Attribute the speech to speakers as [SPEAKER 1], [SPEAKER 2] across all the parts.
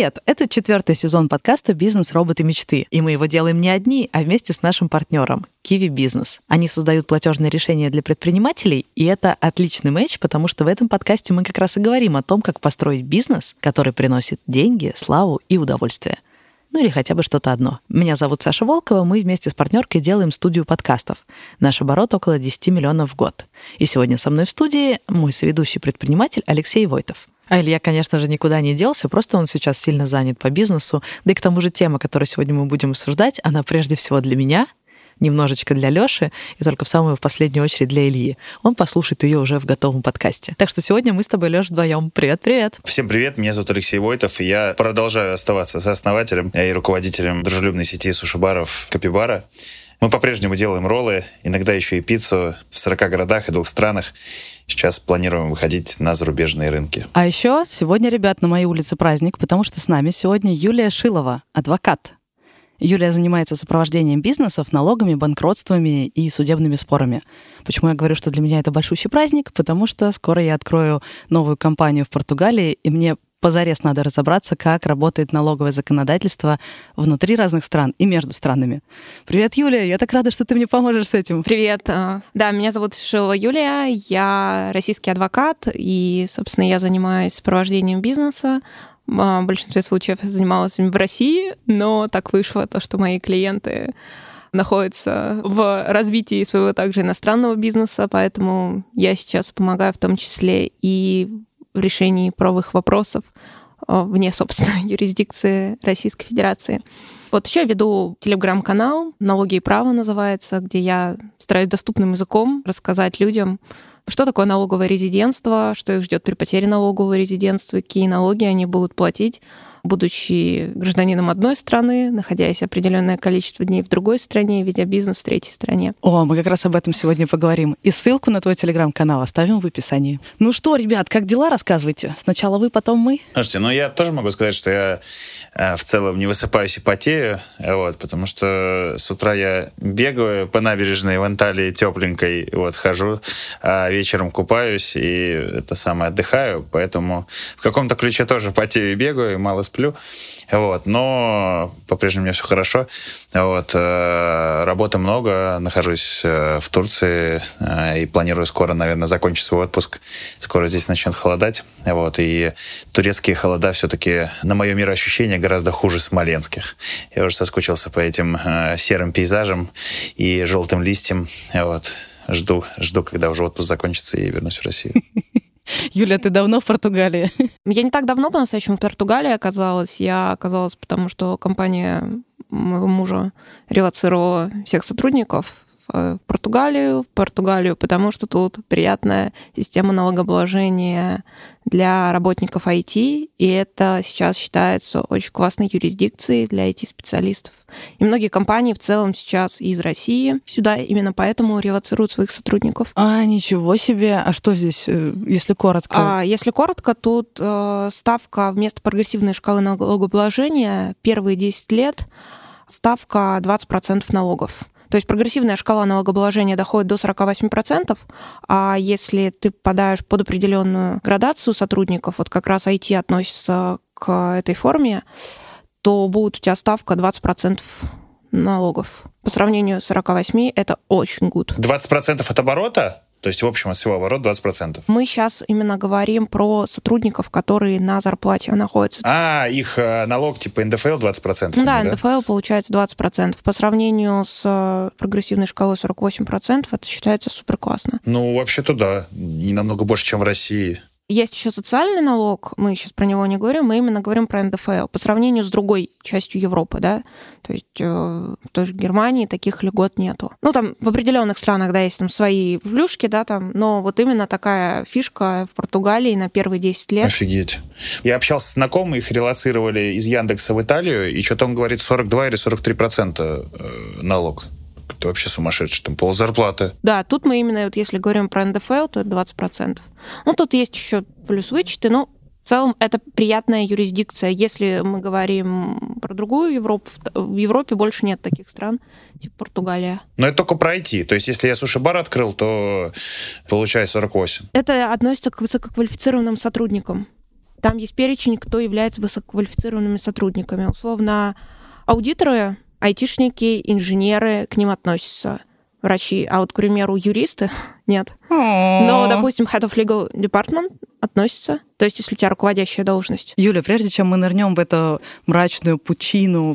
[SPEAKER 1] Привет! Это 4-й сезон подкаста «Бизнес. Роботы. Мечты». И мы его делаем не одни, а вместе с нашим партнером Kiwi Business. Они создают платежные решения для предпринимателей, и это отличный матч, потому что в этом подкасте мы как раз и говорим о том, как построить бизнес, который приносит деньги, славу и удовольствие. Ну или хотя бы что-то одно. Меня зовут Саша Волкова, мы вместе с партнеркой делаем студию подкастов. Наш оборот около 10 миллионов в год. И сегодня со мной в студии мой соведущий предприниматель Алексей Войтов. А Илья, конечно же, никуда не делся, просто он сейчас сильно занят по бизнесу. Да и к тому же тема, которую сегодня мы будем обсуждать, она прежде всего для меня, немножечко для Лёши и только в последнюю очередь для Ильи. Он послушает ее уже в готовом подкасте. Так что сегодня мы с тобой, Лёш, вдвоем. Привет-привет!
[SPEAKER 2] Всем привет, меня зовут Алексей Войтов, и я продолжаю оставаться сооснователем и руководителем дружелюбной сети суши-баров «Капибара». Мы по-прежнему делаем роллы, иногда еще и пиццу в 40 городах и 2 странах. Сейчас планируем выходить на зарубежные рынки.
[SPEAKER 1] А еще сегодня, ребят, на моей улице праздник, потому что с нами сегодня Юлия Шилова, адвокат. Юлия занимается сопровождением бизнесов, налогами, банкротствами и судебными спорами. Почему я говорю, что для меня это большущий праздник? Потому что скоро я открою новую компанию в Португалии, и мне позарез надо разобраться, как работает налоговое законодательство внутри разных стран и между странами. Привет, Юлия! Я так рада, что ты мне поможешь с этим.
[SPEAKER 3] Привет! Да, меня зовут Шилова Юлия, я российский адвокат, и, собственно, я занимаюсь сопровождением бизнеса. В большинстве случаев занималась им в России, но так вышло то, что мои клиенты находятся в развитии своего также иностранного бизнеса, поэтому я сейчас помогаю в том числе и в решении правовых вопросов вне, собственно, юрисдикции Российской Федерации. Вот еще я веду телеграм-канал «Налоги и право» называется, где я стараюсь доступным языком рассказать людям, что такое налоговое резидентство, что их ждет при потере налогового резидентства, какие налоги они будут платить, будучи гражданином одной страны, находясь определенное количество дней в другой стране, ведя бизнес в третьей стране.
[SPEAKER 1] О, мы как раз об этом сегодня поговорим. И ссылку на твой телеграм-канал оставим в описании. Ну что, ребят, как дела? Рассказывайте. Сначала вы, потом мы.
[SPEAKER 2] Слушайте, я тоже могу сказать, что я в целом не высыпаюсь и потею, потому что с утра я бегаю по набережной в Анталии тепленькой, хожу, а вечером купаюсь и это самое отдыхаю, поэтому в каком-то ключе тоже потею и бегаю, мало сплю, но по-прежнему у меня все хорошо. Работы много, нахожусь в Турции и планирую скоро, наверное, закончить свой отпуск. Скоро здесь начнет холодать, и турецкие холода все-таки, на мое мироощущение, гораздо хуже смоленских. Я уже соскучился по этим серым пейзажам и желтым листьям. Жду, когда уже отпуск закончится и вернусь в Россию.
[SPEAKER 1] Юля, ты давно в Португалии?
[SPEAKER 3] Я не так давно по-настоящему в Португалии оказалась. Я оказалась, потому что компания моего мужа релоцировала всех сотрудников в Португалию, потому что тут приятная система налогообложения для работников IT, и это сейчас считается очень классной юрисдикцией для IT-специалистов. И многие компании в целом сейчас из России сюда именно поэтому релоцируют своих сотрудников.
[SPEAKER 1] Ничего себе! А что здесь, если коротко?
[SPEAKER 3] Если коротко, тут ставка вместо прогрессивной шкалы налогообложения первые 10 лет ставка 20% налогов. То есть прогрессивная шкала налогообложения доходит до 48%, а если ты попадаешь под определенную градацию сотрудников, как раз IT относится к этой форме, то будет у тебя ставка 20% налогов. По сравнению с 48% это очень good.
[SPEAKER 2] 20% от оборота? То есть, в общем, от всего оборота 20%.
[SPEAKER 3] Мы сейчас именно говорим про сотрудников, которые на зарплате находятся.
[SPEAKER 2] Их налог типа НДФЛ 20%?
[SPEAKER 3] Да, НДФЛ получается 20%. По сравнению с прогрессивной шкалой 48%, это считается супер классно.
[SPEAKER 2] Вообще-то да. Не намного больше, чем в России.
[SPEAKER 3] Есть еще социальный налог, мы сейчас про него не говорим, мы именно говорим про НДФЛ по сравнению с другой частью Европы, да, то есть в той же Германии таких льгот нету. Там в определенных странах, да, есть там свои плюшки, да, но именно такая фишка в Португалии на первые 10 лет.
[SPEAKER 2] Офигеть. Я общался с знакомыми, их релоцировали из Яндекса в Италию, и что-то он говорит 42 или 43% налог. Это вообще сумасшедший, там ползарплаты.
[SPEAKER 3] Да, тут мы именно, если говорим про НДФЛ, то это 20%. Тут есть еще плюс вычеты, но в целом это приятная юрисдикция. Если мы говорим про другую Европу, в Европе больше нет таких стран, типа Португалия.
[SPEAKER 2] Но это только про IT. То есть если я суши-бар открыл, то получаю 48.
[SPEAKER 3] Это относится к высококвалифицированным сотрудникам. Там есть перечень, кто является высококвалифицированными сотрудниками. Условно, аудиторы, айтишники, инженеры, к ним относятся врачи. А вот, к примеру, юристы нет. Но, допустим, Head of Legal Department относится. То есть, если у тебя руководящая должность.
[SPEAKER 1] Юля, прежде чем мы нырнем в эту мрачную пучину,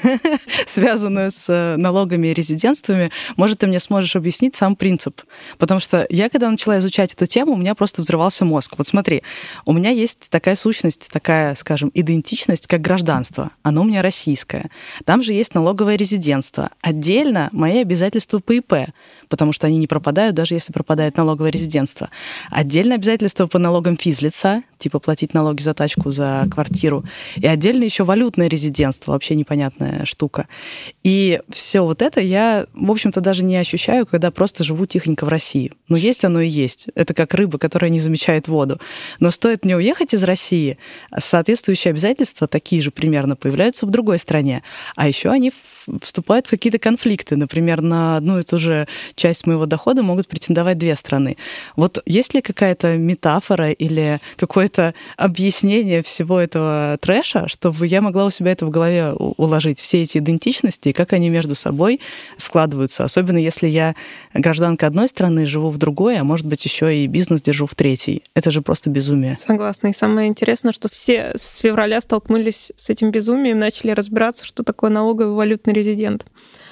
[SPEAKER 1] связанную с налогами и резидентствами, может, ты мне сможешь объяснить сам принцип? Потому что я, когда начала изучать эту тему, у меня просто взрывался мозг. Вот смотри, у меня есть такая сущность, такая, скажем, идентичность, как гражданство. Оно у меня российское. Там же есть налоговое резидентство. Отдельно мои обязательства по ИП, потому что они не пропадают, даже если пропадает налоговое резидентство. Отдельно обязательства по налогам физлица, типа платить налоги за тачку, за квартиру. И отдельно еще валютное резидентство, вообще непонятная штука. И все вот это я, в общем-то, даже не ощущаю, когда просто живу тихонько в России. Ну, есть оно и есть. Это как рыба, которая не замечает воду. Но стоит мне уехать из России, соответствующие обязательства, такие же примерно, появляются в другой стране. А еще они вступают в какие-то конфликты. Например, на одну и ту же часть моего дохода могут претендовать две страны. Вот есть ли какая-то метафора или какое-то объяснение всего этого трэша, чтобы я могла у себя это в голове уложить, все эти идентичности, и как они между собой складываются, особенно если я гражданка одной страны, живу в другой, а может быть еще и бизнес держу в третьей. Это же просто безумие.
[SPEAKER 3] Согласна. И самое интересное, что все с февраля столкнулись с этим безумием, начали разбираться, что такое налоговый валютный резидент.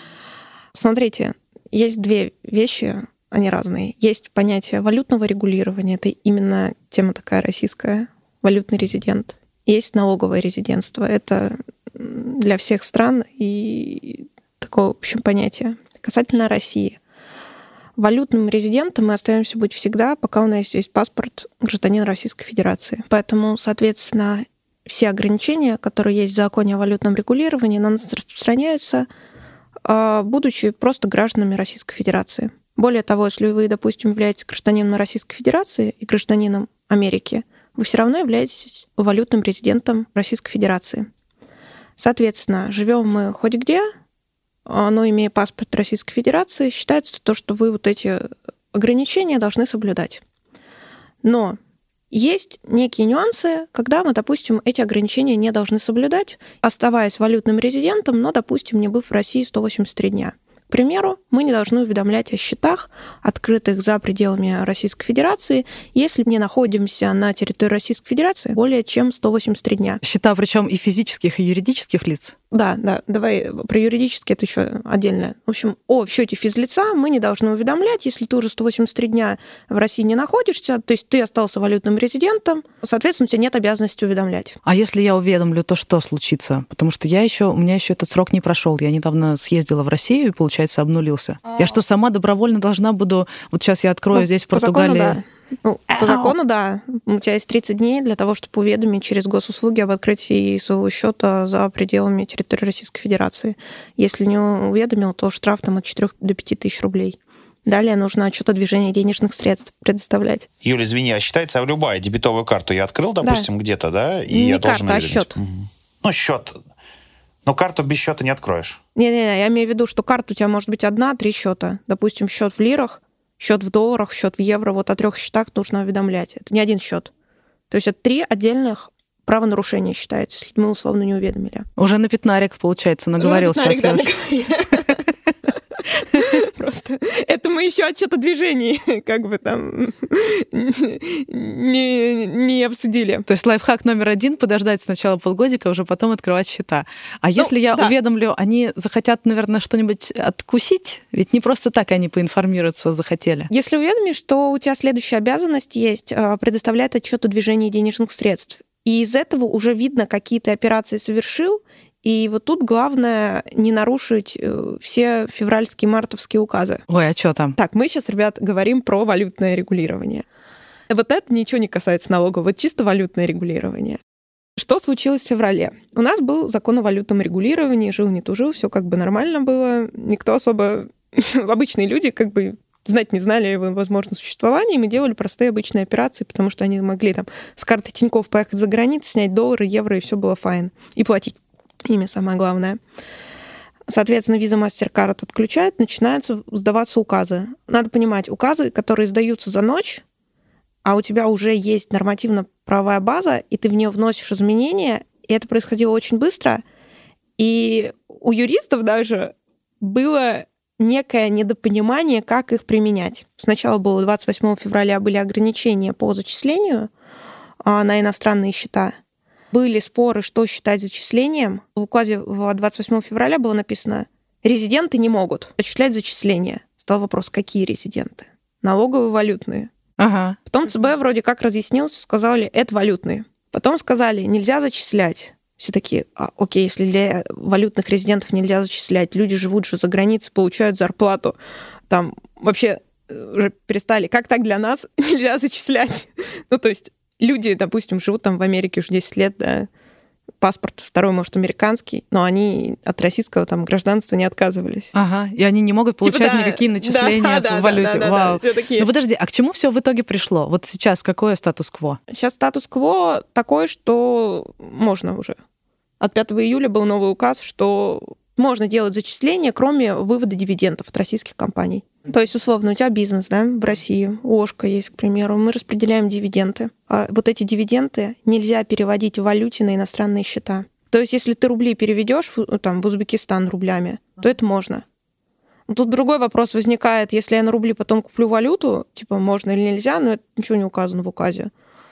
[SPEAKER 3] Смотрите, есть две вещи, они разные. Есть понятие валютного регулирования, это именно тема такая российская, валютный резидент. Есть налоговое резидентство, это для всех стран и такое, в общем, понятие. Касательно России. Валютным резидентом мы остаемся быть всегда, пока у нас есть паспорт гражданина Российской Федерации. Поэтому, соответственно, все ограничения, которые есть в законе о валютном регулировании, на нас распространяются, будучи просто гражданами Российской Федерации. Более того, если вы, допустим, являетесь гражданином Российской Федерации и гражданином Америки, вы все равно являетесь валютным резидентом Российской Федерации. Соответственно, живем мы хоть где, но имея паспорт Российской Федерации, считается то, что вы вот эти ограничения должны соблюдать. Но есть некие нюансы, когда мы, допустим, эти ограничения не должны соблюдать, оставаясь валютным резидентом, но, допустим, не быв в России 183 дня. К примеру, мы не должны уведомлять о счетах, открытых за пределами Российской Федерации, если не находимся на территории Российской Федерации более чем 183 дня.
[SPEAKER 1] Счета причем и физических, и юридических лиц?
[SPEAKER 3] Да, давай про юридические это еще отдельно. В общем, о счете физлица мы не должны уведомлять, если ты уже 183 дня в России не находишься, то есть ты остался валютным резидентом, соответственно, у тебя нет обязанности уведомлять.
[SPEAKER 1] А если я уведомлю, то что случится? Потому что у меня еще этот срок не прошел. Я недавно съездила в Россию и, получается, обнулился. Я что, сама добровольно должна буду... Вот сейчас я открою здесь в Португалии...
[SPEAKER 3] По закону, да. По закону, да. У тебя есть 30 дней для того, чтобы уведомить через госуслуги об открытии своего счета за пределами территории Российской Федерации. Если не уведомил, то штраф там от 4 до 5 тысяч рублей. Далее нужно отчет о движении денежных средств предоставлять.
[SPEAKER 2] Юля, извини, а считается любая дебетовую карту я открыл, допустим, где-то, да? И
[SPEAKER 3] не
[SPEAKER 2] я
[SPEAKER 3] карта,
[SPEAKER 2] должен
[SPEAKER 3] а счет.
[SPEAKER 2] Ну, счет. Но карту без счета не откроешь.
[SPEAKER 3] Не, я имею в виду, что карта у тебя может быть 1-3 счета. Допустим, счет в лирах, счет в долларах, счет в евро. Вот о 3 счетах нужно уведомлять. Это не один счет. То есть это 3 отдельных правонарушения считается, если мы условно не уведомили.
[SPEAKER 1] Уже на пятнарик, получается, наговорил сейчас.
[SPEAKER 3] Да, просто это мы еще отчет о движении как бы там не обсудили.
[SPEAKER 1] То есть лайфхак номер 1 — подождать сначала полгодика, уже потом открывать счета. А если я уведомлю, они захотят, наверное, что-нибудь откусить? Ведь не просто так они поинформируются захотели.
[SPEAKER 3] Если уведомишь, то у тебя следующая обязанность есть предоставлять отчет о движении денежных средств. И из этого уже видно, какие ты операции совершил. И вот тут главное не нарушить все февральские, мартовские указы.
[SPEAKER 1] Ой, а что там?
[SPEAKER 3] Так, мы сейчас, ребят, говорим про валютное регулирование. Вот это ничего не касается налогов, вот чисто валютное регулирование. Что случилось в феврале? У нас был закон о валютном регулировании, жил не тужил, все как бы нормально было. Никто особо... Обычные люди как бы знать не знали о его возможном существовании, мы делали простые обычные операции, потому что они могли там с карты Тинькофф поехать за границу, снять доллары, евро, и все было файн. И платить ими самое главное. Соответственно, Visa, MasterCard отключают, начинаются сдаваться указы. Надо понимать, указы, которые сдаются за ночь,
[SPEAKER 4] а у тебя уже есть нормативно-правовая база, и ты в нее вносишь изменения, и это происходило очень быстро, и у юристов даже было некое недопонимание, как их применять. Сначала было 28 февраля были ограничения по зачислению на иностранные счета. Были споры, что считать зачислением. В указе 28 февраля было написано: резиденты не могут осуществлять зачисления. Стал вопрос, какие резиденты? Налоговые, валютные.
[SPEAKER 1] Ага.
[SPEAKER 4] Потом ЦБ вроде как разъяснился, сказали, это валютные. Потом сказали, нельзя зачислять. Все такие, окей, если для валютных резидентов нельзя зачислять, люди живут же за границей, получают зарплату, там вообще уже перестали. Как так для нас нельзя зачислять? Ну, то есть люди, допустим, живут там в Америке уже 10 лет, да, паспорт второй, может, американский, но они от российского там гражданства не отказывались.
[SPEAKER 1] Ага, и они не могут получать никакие начисления в валюте. Вау. Ну подожди, а к чему все в итоге пришло? Вот сейчас какое статус-кво?
[SPEAKER 4] Сейчас статус-кво такой, что можно уже. От 5 июля был новый указ, что можно делать зачисления, кроме вывода дивидендов от российских компаний. То есть, условно, у тебя бизнес, да, в России, ОШКО есть, к примеру, мы распределяем дивиденды. А вот эти дивиденды нельзя переводить в валюте на иностранные счета. То есть, если ты рубли переведешь там, в Узбекистан рублями, то это можно. Но тут другой вопрос возникает, если я на рубли потом куплю валюту, типа, можно или нельзя, но это ничего не указано в указе.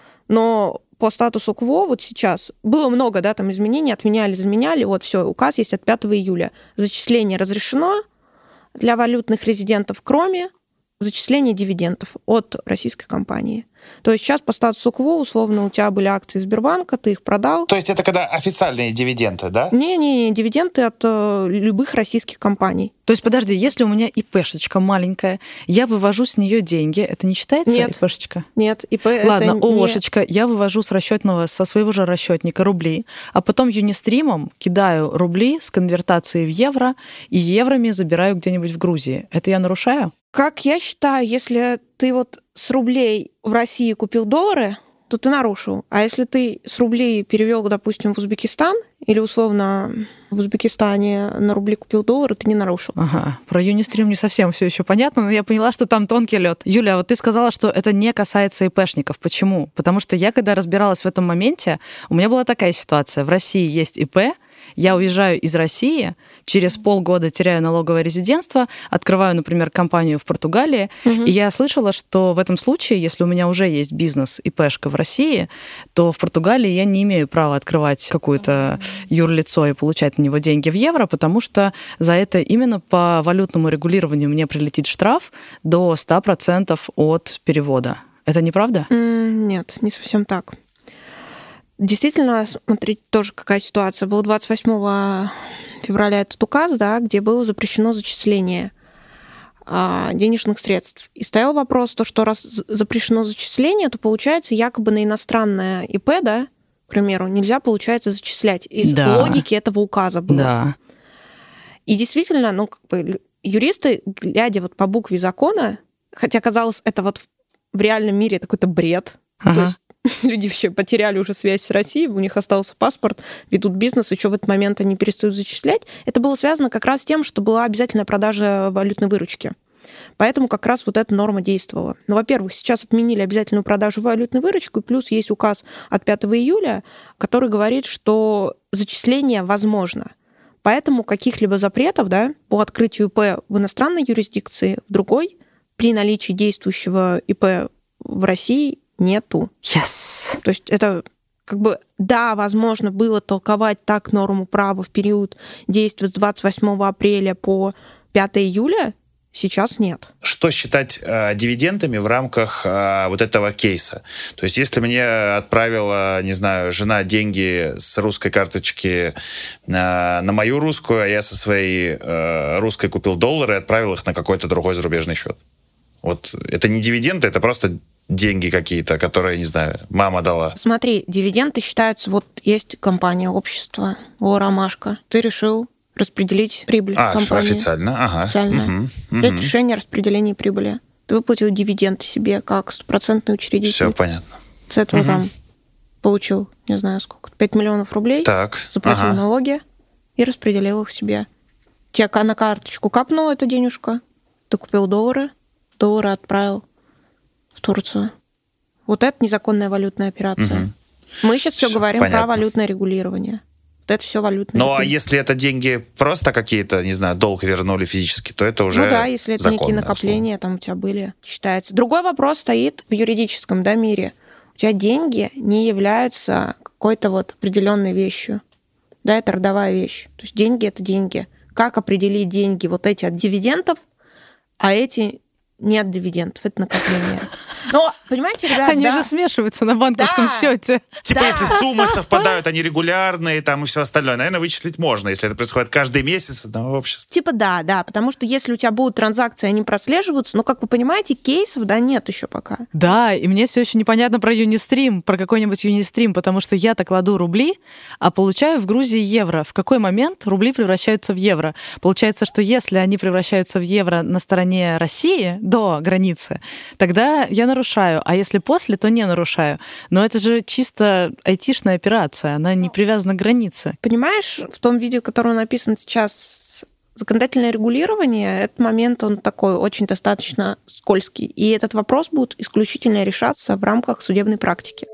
[SPEAKER 4] Но по статусу КВО вот сейчас было много, да, там изменений, отменяли, заменяли, вот все, указ есть от 5 июля. Зачисление разрешено для валютных резидентов, кроме зачисления дивидендов от российской компании. То есть сейчас по статусу КВО, условно, у тебя были акции Сбербанка, ты их продал.
[SPEAKER 2] То есть это когда официальные дивиденды, да?
[SPEAKER 4] Не, дивиденды от любых российских компаний.
[SPEAKER 1] То есть, подожди, если у меня ИПшечка маленькая, я вывожу с нее деньги, это не считается ИПшечка?
[SPEAKER 4] Нет, ИП
[SPEAKER 1] Ладно,
[SPEAKER 4] это
[SPEAKER 1] ООшечка, я вывожу со своего же расчетника рубли, а потом юнистримом кидаю рубли с конвертацией в евро и еврами забираю где-нибудь в Грузии. Это я нарушаю?
[SPEAKER 4] Как я считаю, если ты вот с рублей в России купил доллары, то ты нарушил. А если ты с рублей перевел, допустим, в Узбекистан, или условно в Узбекистане на рубли купил доллары, ты не нарушил.
[SPEAKER 1] Ага, про Юнистрим не совсем все еще понятно, но я поняла, что там тонкий лед. Юля, вот ты сказала, что это не касается ИПшников. Почему? Потому что я, когда разбиралась в этом моменте, у меня была такая ситуация. В России есть ИП, я уезжаю из России, через полгода теряю налоговое резидентство, открываю, например, компанию в Португалии, и я слышала, что в этом случае, если у меня уже есть бизнес ИПшка в России, то в Португалии я не имею права открывать какое-то юрлицо и получать на него деньги в евро, потому что за это именно по валютному регулированию мне прилетит штраф до 100% от перевода. Это неправда?
[SPEAKER 4] Нет, не совсем так. Действительно, смотрите, тоже какая ситуация. Был 28 февраля этот указ, да, где было запрещено зачисление денежных средств. И стоял вопрос, то, что раз запрещено зачисление, то, получается, якобы на иностранное ИП, да, к примеру, нельзя, получается, зачислять. Из логики этого указа было.
[SPEAKER 1] Да.
[SPEAKER 4] И действительно, ну, как бы юристы, глядя вот по букве закона, хотя, казалось, это вот в реальном мире какой-то бред, то есть люди вообще потеряли уже связь с Россией, у них остался паспорт, ведут бизнес, еще в этот момент они перестают зачислять. Это было связано как раз с тем, что была обязательная продажа валютной выручки. Поэтому как раз вот эта норма действовала. Ну, во-первых, сейчас отменили обязательную продажу валютной выручки, плюс есть указ от 5 июля, который говорит, что зачисление возможно. Поэтому каких-либо запретов, да, по открытию ИП в иностранной юрисдикции, в другой, при наличии действующего ИП в России нету.
[SPEAKER 1] Yes.
[SPEAKER 4] То есть это как бы, да, возможно, было толковать так норму права в период действия с 28 апреля по 5 июля, сейчас нет.
[SPEAKER 2] Что считать дивидендами в рамках вот этого кейса? То есть если мне отправила, не знаю, жена деньги с русской карточки на мою русскую, а я со своей русской купил доллары и отправил их на какой-то другой зарубежный счет. Вот это не дивиденды, это просто деньги какие-то, которые, не знаю, мама дала.
[SPEAKER 4] Смотри, дивиденды считаются, вот есть компания, общество, «Ромашка». Ты решил распределить прибыль компании.
[SPEAKER 2] Официально, ага.
[SPEAKER 4] Официально. Есть решение о распределении прибыли. Ты выплатил дивиденды себе как 100% учредитель.
[SPEAKER 2] Все понятно.
[SPEAKER 4] С этого там получил, не знаю сколько, 5 миллионов рублей.
[SPEAKER 2] Так.
[SPEAKER 4] Заплатил налоги и распределил их себе. Тебе на карточку капнула эта денежка, ты купил доллары отправил в Турцию. Вот это незаконная валютная операция.
[SPEAKER 2] Угу.
[SPEAKER 4] Мы сейчас все говорим
[SPEAKER 2] понятно.
[SPEAKER 4] про валютное регулирование. Вот это все валютное.
[SPEAKER 2] Ну, а если это деньги просто какие-то, не знаю, долг вернули физически, то это уже
[SPEAKER 4] Ну да, если это некие накопления, там у тебя были, считается. Другой вопрос стоит в юридическом мире. У тебя деньги не являются какой-то вот определенной вещью. Да, это родовая вещь. То есть деньги — это деньги. Как определить деньги вот эти от дивидендов, а эти не от дивидендов, это накопление. Но, понимаете, ребята...
[SPEAKER 1] Они же смешиваются на банковском счете.
[SPEAKER 2] Типа, если суммы совпадают, они регулярные, там и все остальное, наверное, вычислить можно, если это происходит каждый месяц одного общества.
[SPEAKER 4] Типа да, потому что если у тебя будут транзакции, они прослеживаются, но, как вы понимаете, кейсов, нет еще пока.
[SPEAKER 1] Да, и мне все еще непонятно про Юнистрим, про какой-нибудь Юнистрим, потому что я-то кладу рубли, а получаю в Грузии евро. В какой момент рубли превращаются в евро? Получается, что если они превращаются в евро на стороне России, до границы, тогда я нарушаю, а если после, то не нарушаю. Но это же чисто айтишная операция, она не привязана к границе.
[SPEAKER 4] Понимаешь, в том видео, которое написано сейчас, законодательное регулирование, этот момент, он такой очень достаточно скользкий. И этот вопрос будет исключительно решаться в рамках судебной практики.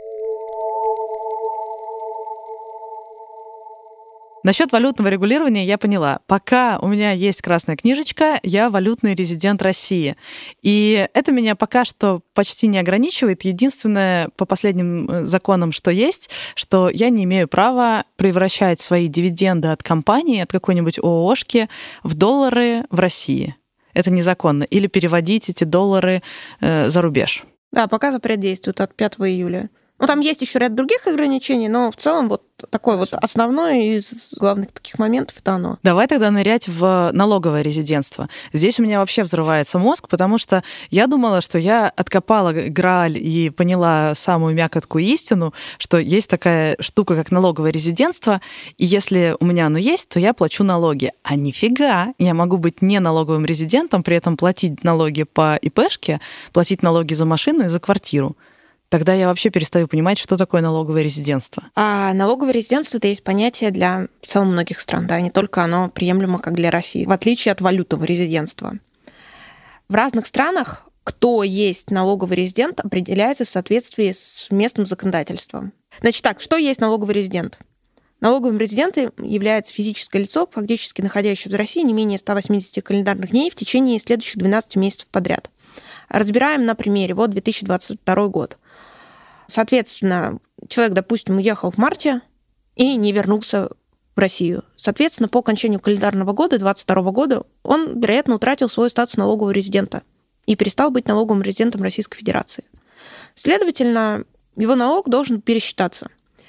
[SPEAKER 1] Насчет валютного регулирования я поняла. Пока у меня есть красная книжечка, я валютный резидент России. И это меня пока что почти не ограничивает. Единственное, по последним законам, что есть, что я не имею права превращать свои дивиденды от компании, от какой-нибудь ООшки в доллары в России. Это незаконно. Или переводить эти доллары за рубеж.
[SPEAKER 4] Да, пока запрет действует от 5 июля. Ну, там есть еще ряд других ограничений, но в целом вот такой вот основной из главных таких моментов — это оно.
[SPEAKER 1] Давай тогда нырять в налоговое резидентство. Здесь у меня вообще взрывается мозг, потому что я думала, что я откопала Грааль и поняла самую мякотку истину, что есть такая штука, как налоговое резидентство, и если у меня оно есть, то я плачу налоги. А нифига! Я могу быть не налоговым резидентом, при этом платить налоги по ИПшке, платить налоги за машину и за квартиру. Тогда я вообще перестаю понимать, что такое налоговое резидентство.
[SPEAKER 4] А налоговое резидентство — это есть понятие для в целом многих стран, да, не только оно приемлемо, как для России, в отличие от валютного резидентства. В разных странах кто есть налоговый резидент, определяется в соответствии с местным законодательством. Значит так, что есть налоговый резидент? Налоговым резидентом является физическое лицо, фактически находящееся в России не менее 180 календарных дней в течение следующих 12 месяцев подряд. Разбираем на примере. Вот 2022 год. Соответственно, человек, допустим, уехал в марте и не вернулся в Россию. Соответственно, по окончанию календарного года, 2022 года, он, вероятно, утратил свой статус налогового резидента и перестал быть налоговым резидентом Российской Федерации. Следовательно, его налог должен пересчитаться.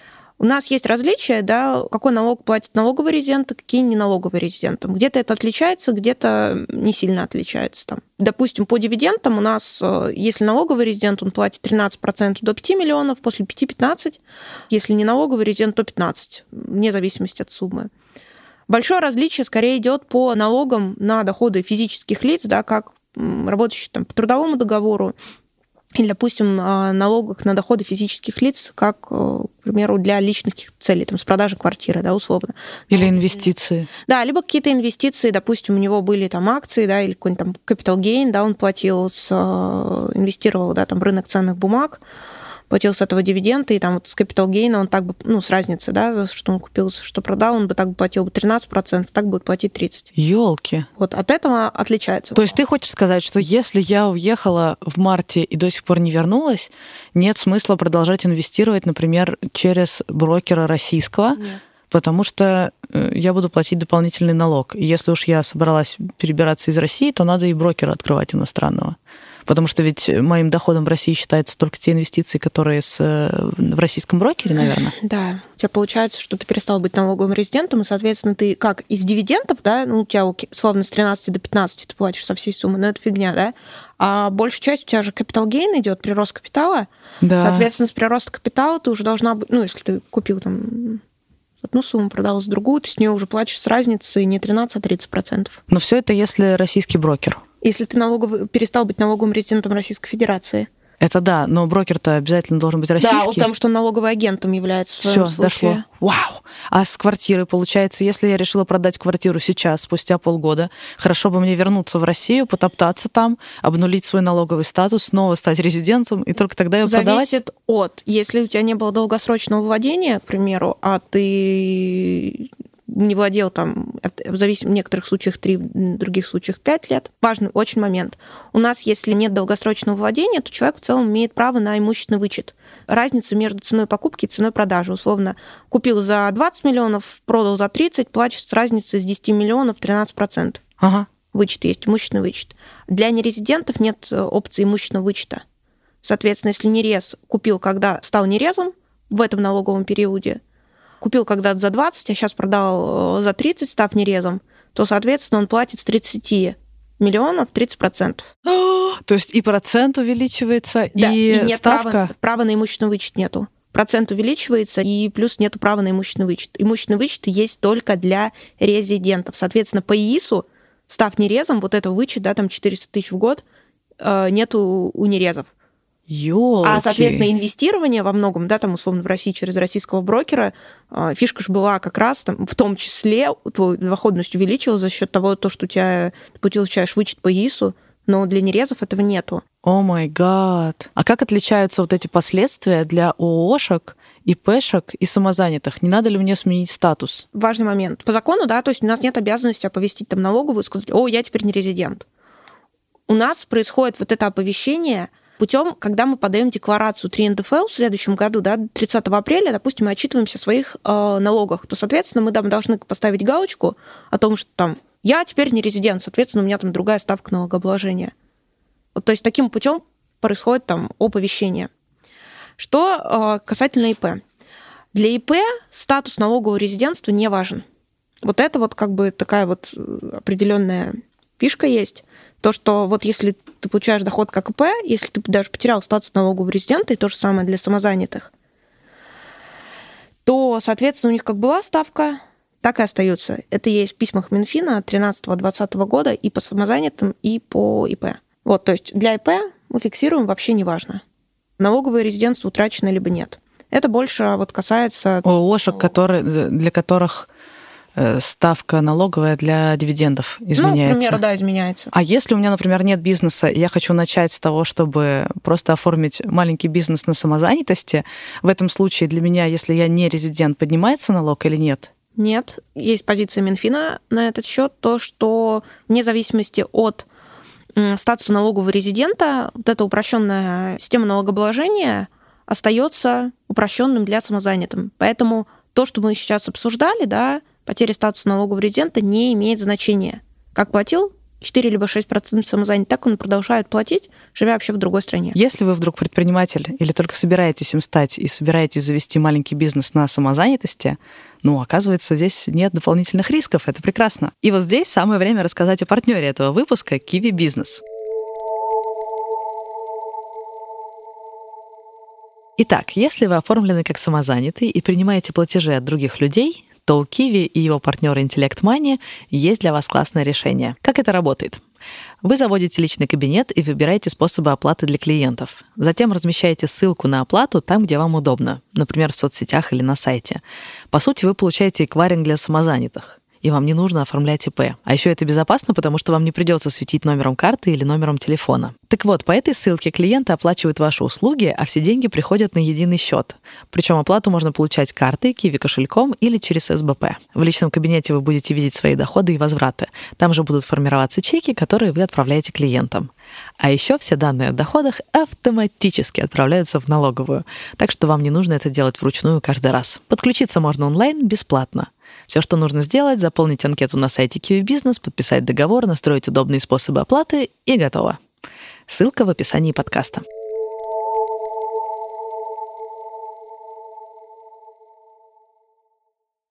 [SPEAKER 4] У нас есть различия, да, какой налог платит налоговый резидент, а какие не налоговые резиденты. Где-то это отличается, где-то не сильно отличается. Там. Допустим, по дивидендам у нас, если налоговый резидент, он платит 13% до 5 миллионов, после 5 – 15%. Если не налоговый резидент, то 15%, вне зависимости от суммы. Большое различие скорее идет по налогам на доходы физических лиц, да, как работающих там, по трудовому договору, или, допустим, налогах на доходы физических лиц, как, к примеру, для личных целей, там, с продажи квартиры, да, условно.
[SPEAKER 1] Или инвестиции.
[SPEAKER 4] Да, либо какие-то инвестиции, допустим, у него были там акции, да, или какой-нибудь там capital gain, да, он платил, инвестировал, да, там, в рынок ценных бумаг, платил с этого дивиденды, и там вот с capital gain он так бы, ну, с разницы, да, за что он купил, что продал, он бы так бы платил бы 13%, так будет платить 30%.
[SPEAKER 1] Ёлки.
[SPEAKER 4] Вот от этого отличается.
[SPEAKER 1] То есть ты хочешь сказать, что если я уехала в марте и до сих пор не вернулась, нет смысла продолжать инвестировать, например, через брокера российского?
[SPEAKER 4] Нет.
[SPEAKER 1] Потому что я буду платить дополнительный налог. И если уж я собралась перебираться из России, то надо и брокера открывать иностранного. Потому что ведь моим доходом в России считаются только те инвестиции, которые в российском брокере, наверное.
[SPEAKER 4] Да. У тебя получается, что ты перестал быть налоговым резидентом, и, соответственно, ты как из дивидендов, да, ну, у тебя словно с 13 до 15 ты платишь со всей суммы, но это фигня, да, а большая часть у тебя же capital gain идет, прирост капитала. Да. Соответственно, с прироста капитала ты уже должна быть, ну, если ты купил там одну сумму, продал за другую, ты с нее уже платишь с разницей не 13, а 30%.
[SPEAKER 1] Но все это если российский брокер.
[SPEAKER 4] Если ты перестал быть налоговым резидентом Российской Федерации.
[SPEAKER 1] Это да, но брокер-то обязательно должен быть российский.
[SPEAKER 4] Да, потому что он налоговый агентом является в своем
[SPEAKER 1] Всё,
[SPEAKER 4] случае.
[SPEAKER 1] дошло. Вау! А с квартирой, получается, если я решила продать квартиру сейчас, спустя полгода, хорошо бы мне вернуться в Россию, потоптаться там, обнулить свой налоговый статус, снова стать резидентом, и только тогда ее продавать?
[SPEAKER 4] Зависит от... Если у тебя не было долгосрочного владения, к примеру, а ты не владел там, в некоторых случаях 3, в других случаях 5 лет. Важный очень момент. У нас, если нет долгосрочного владения, то человек в целом имеет право на имущественный вычет. Разница между ценой покупки и ценой продажи. Условно, купил за 20 миллионов, продал за 30, платишь с разницей с 10 миллионов 13%.
[SPEAKER 1] Ага.
[SPEAKER 4] Вычет есть, имущественный вычет. Для нерезидентов нет опции имущественного вычета. Соответственно, если нерез купил, когда стал нерезом в этом налоговом периоде, купил когда-то за 20, а сейчас продал за 30, став нерезом, то, соответственно, он платит с 30 миллионов 30%.
[SPEAKER 1] То есть и процент увеличивается,
[SPEAKER 4] Да,
[SPEAKER 1] и
[SPEAKER 4] нет
[SPEAKER 1] ставка...
[SPEAKER 4] права на имущественный вычет нету. Процент увеличивается, и плюс нету права на имущественный вычет. Имущественный вычет есть только для резидентов. Соответственно, по ИИСу, став нерезом, вот этого вычет, да, там 400 тысяч в год, нету у нерезов.
[SPEAKER 1] Ёлки.
[SPEAKER 4] А, соответственно, инвестирование во многом, да, там, условно, в России через российского брокера, фишка же была как раз, там, в том числе, твою доходность увеличилась за счет того, что ты получаешь вычет по ИИСу, но для нерезов этого нету.
[SPEAKER 1] О май гад. А как отличаются вот эти последствия для ООшек, ИПшек и самозанятых? Не надо ли мне сменить статус?
[SPEAKER 4] Важный момент. По закону, да, то есть у нас нет обязанности оповестить там налоговую и сказать: о, я теперь не резидент. У нас происходит вот это оповещение путем, когда мы подаем декларацию 3 НДФЛ в следующем году, да, 30 апреля, допустим, мы отчитываемся о своих налогах, то, соответственно, мы там должны поставить галочку о том, что там я теперь не резидент, соответственно, у меня там другая ставка налогообложения. Вот, то есть таким путем происходит там оповещение. Что касательно ИП. Для ИП статус налогового резидентства не важен. Вот это вот как бы такая вот определенная фишка есть. То, что вот если ты получаешь доход как ИП, если ты даже потерял статус налогового резидента, и то же самое для самозанятых, то, соответственно, у них как была ставка, так и остается. Это есть в письмах Минфина 13-20 года и по самозанятым, и по ИП. Вот, то есть для ИП мы фиксируем вообще неважно, налоговое резидентство утрачено либо нет. Это больше вот касается...
[SPEAKER 1] ООшек, для которых ставка налоговая для дивидендов изменяется.
[SPEAKER 4] Ну, к примеру, да, изменяется.
[SPEAKER 1] А если у меня, например, нет бизнеса, и я хочу начать с того, чтобы просто оформить маленький бизнес на самозанятости, в этом случае для меня, если я не резидент, поднимается налог или нет?
[SPEAKER 4] Нет. Есть позиция Минфина на этот счет, то, что вне зависимости от статуса налогового резидента, вот эта упрощенная система налогообложения остается упрощенным для самозанятых. Поэтому то, что мы сейчас обсуждали, да, потеря статуса налогового резидента не имеет значения. Как платил 4 либо 6% самозанятых, так он продолжает платить, живя вообще в другой стране.
[SPEAKER 1] Если вы вдруг предприниматель или только собираетесь им стать и собираетесь завести маленький бизнес на самозанятости, оказывается, здесь нет дополнительных рисков. Это прекрасно. И вот здесь самое время рассказать о партнере этого выпуска — Kiwi Business. Итак, если вы оформлены как самозанятый и принимаете платежи от других людей, то у Kiwi и его партнера Intellect Money есть для вас классное решение. Как это работает? Вы заводите личный кабинет и выбираете способы оплаты для клиентов. Затем размещаете ссылку на оплату там, где вам удобно, например, в соцсетях или на сайте. По сути, вы получаете эквайринг для самозанятых, и вам не нужно оформлять ИП. А еще это безопасно, потому что вам не придется светить номером карты или номером телефона. Так вот, по этой ссылке клиенты оплачивают ваши услуги, а все деньги приходят на единый счет. Причем оплату можно получать картой, Kiwi кошельком или через СБП. В личном кабинете вы будете видеть свои доходы и возвраты. Там же будут формироваться чеки, которые вы отправляете клиентам. А еще все данные о доходах автоматически отправляются в налоговую. Так что вам не нужно это делать вручную каждый раз. Подключиться можно онлайн бесплатно. Все, что нужно сделать, заполнить анкету на сайте Kiwi Business, подписать договор, настроить удобные способы оплаты и готово. Ссылка в описании подкаста.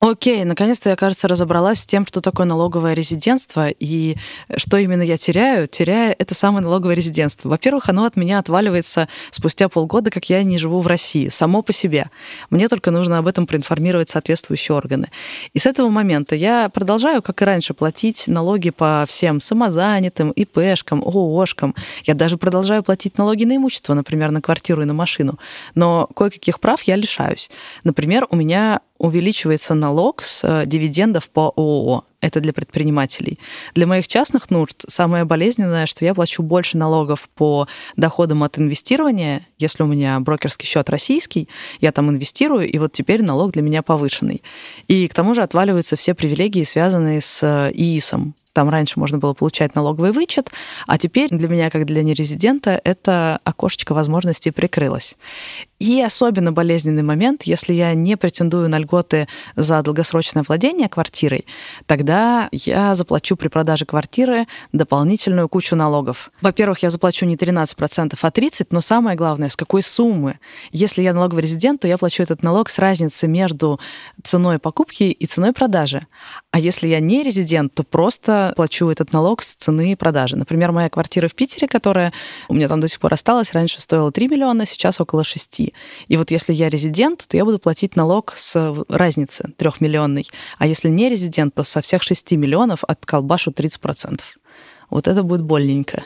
[SPEAKER 1] Окей, наконец-то я, кажется, разобралась с тем, что такое налоговое резидентство и что именно я теряю. Теряя это самое налоговое резидентство. Во-первых, оно от меня отваливается спустя полгода, как я не живу в России, само по себе. Мне только нужно об этом проинформировать соответствующие органы. И с этого момента я продолжаю, как и раньше, платить налоги по всем самозанятым, ИПшкам, ООшкам. Я даже продолжаю платить налоги на имущество, например, на квартиру и на машину. Но кое-каких прав я лишаюсь. Например, у меня увеличивается налог с дивидендов по ООО. Это для предпринимателей. Для моих частных нужд самое болезненное, что я плачу больше налогов по доходам от инвестирования. Если у меня брокерский счет российский, я там инвестирую, и вот теперь налог для меня повышенный. И к тому же отваливаются все привилегии, связанные с ИИСом. Там раньше можно было получать налоговый вычет, а теперь для меня, как для нерезидента, это окошечко возможностей прикрылось. И особенно болезненный момент, если я не претендую на льготы за долгосрочное владение квартирой, тогда я заплачу при продаже квартиры дополнительную кучу налогов. Во-первых, я заплачу не 13%, а 30%, но самое главное, с какой суммы. Если я налоговый резидент, то я плачу этот налог с разницей между ценой покупки и ценой продажи. А если я не резидент, то просто плачу этот налог с цены продажи. Например, моя квартира в Питере, которая у меня там до сих пор осталась, раньше стоила 3 миллиона, сейчас около 6. И вот если я резидент, то я буду платить налог с разницы 3-миллионной. А если не резидент, то со всех 6 миллионов отколбашу 30%. Вот это будет больненько.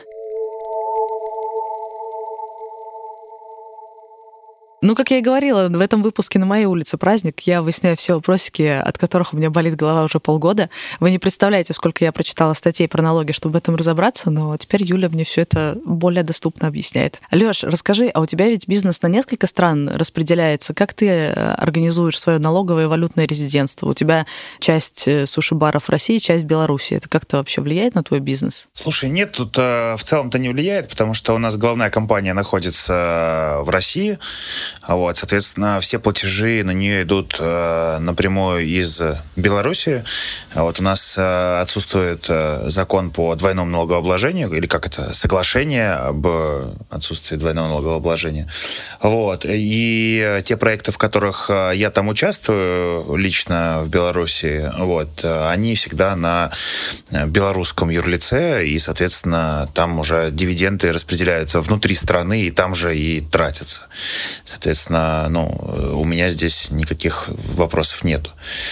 [SPEAKER 1] Ну, как я и говорила, в этом выпуске «На моей улице праздник» я выясняю все вопросики, от которых у меня болит голова уже полгода. Вы не представляете, сколько я прочитала статей про налоги, чтобы в этом разобраться, но теперь Юля мне все это более доступно объясняет. Лёш, расскажи, а у тебя ведь бизнес на несколько стран распределяется. Как ты организуешь свое налоговое и валютное резидентство? У тебя часть суши-баров в России, часть в Беларуси. Это как-то вообще влияет на твой бизнес?
[SPEAKER 2] Слушай, нет, тут в целом-то не влияет, потому что у нас главная компания находится в России. Вот, соответственно, все платежи на нее идут напрямую из Беларуси. Вот у нас отсутствует закон по двойному налогообложению, или как это, соглашение об отсутствии двойного налогообложения. Вот. И те проекты, в которых я там участвую лично в Беларуси, вот, они всегда на белорусском юрлице, и, соответственно, там уже дивиденды распределяются внутри страны, и там же и тратятся. Соответственно, у меня здесь никаких вопросов нету.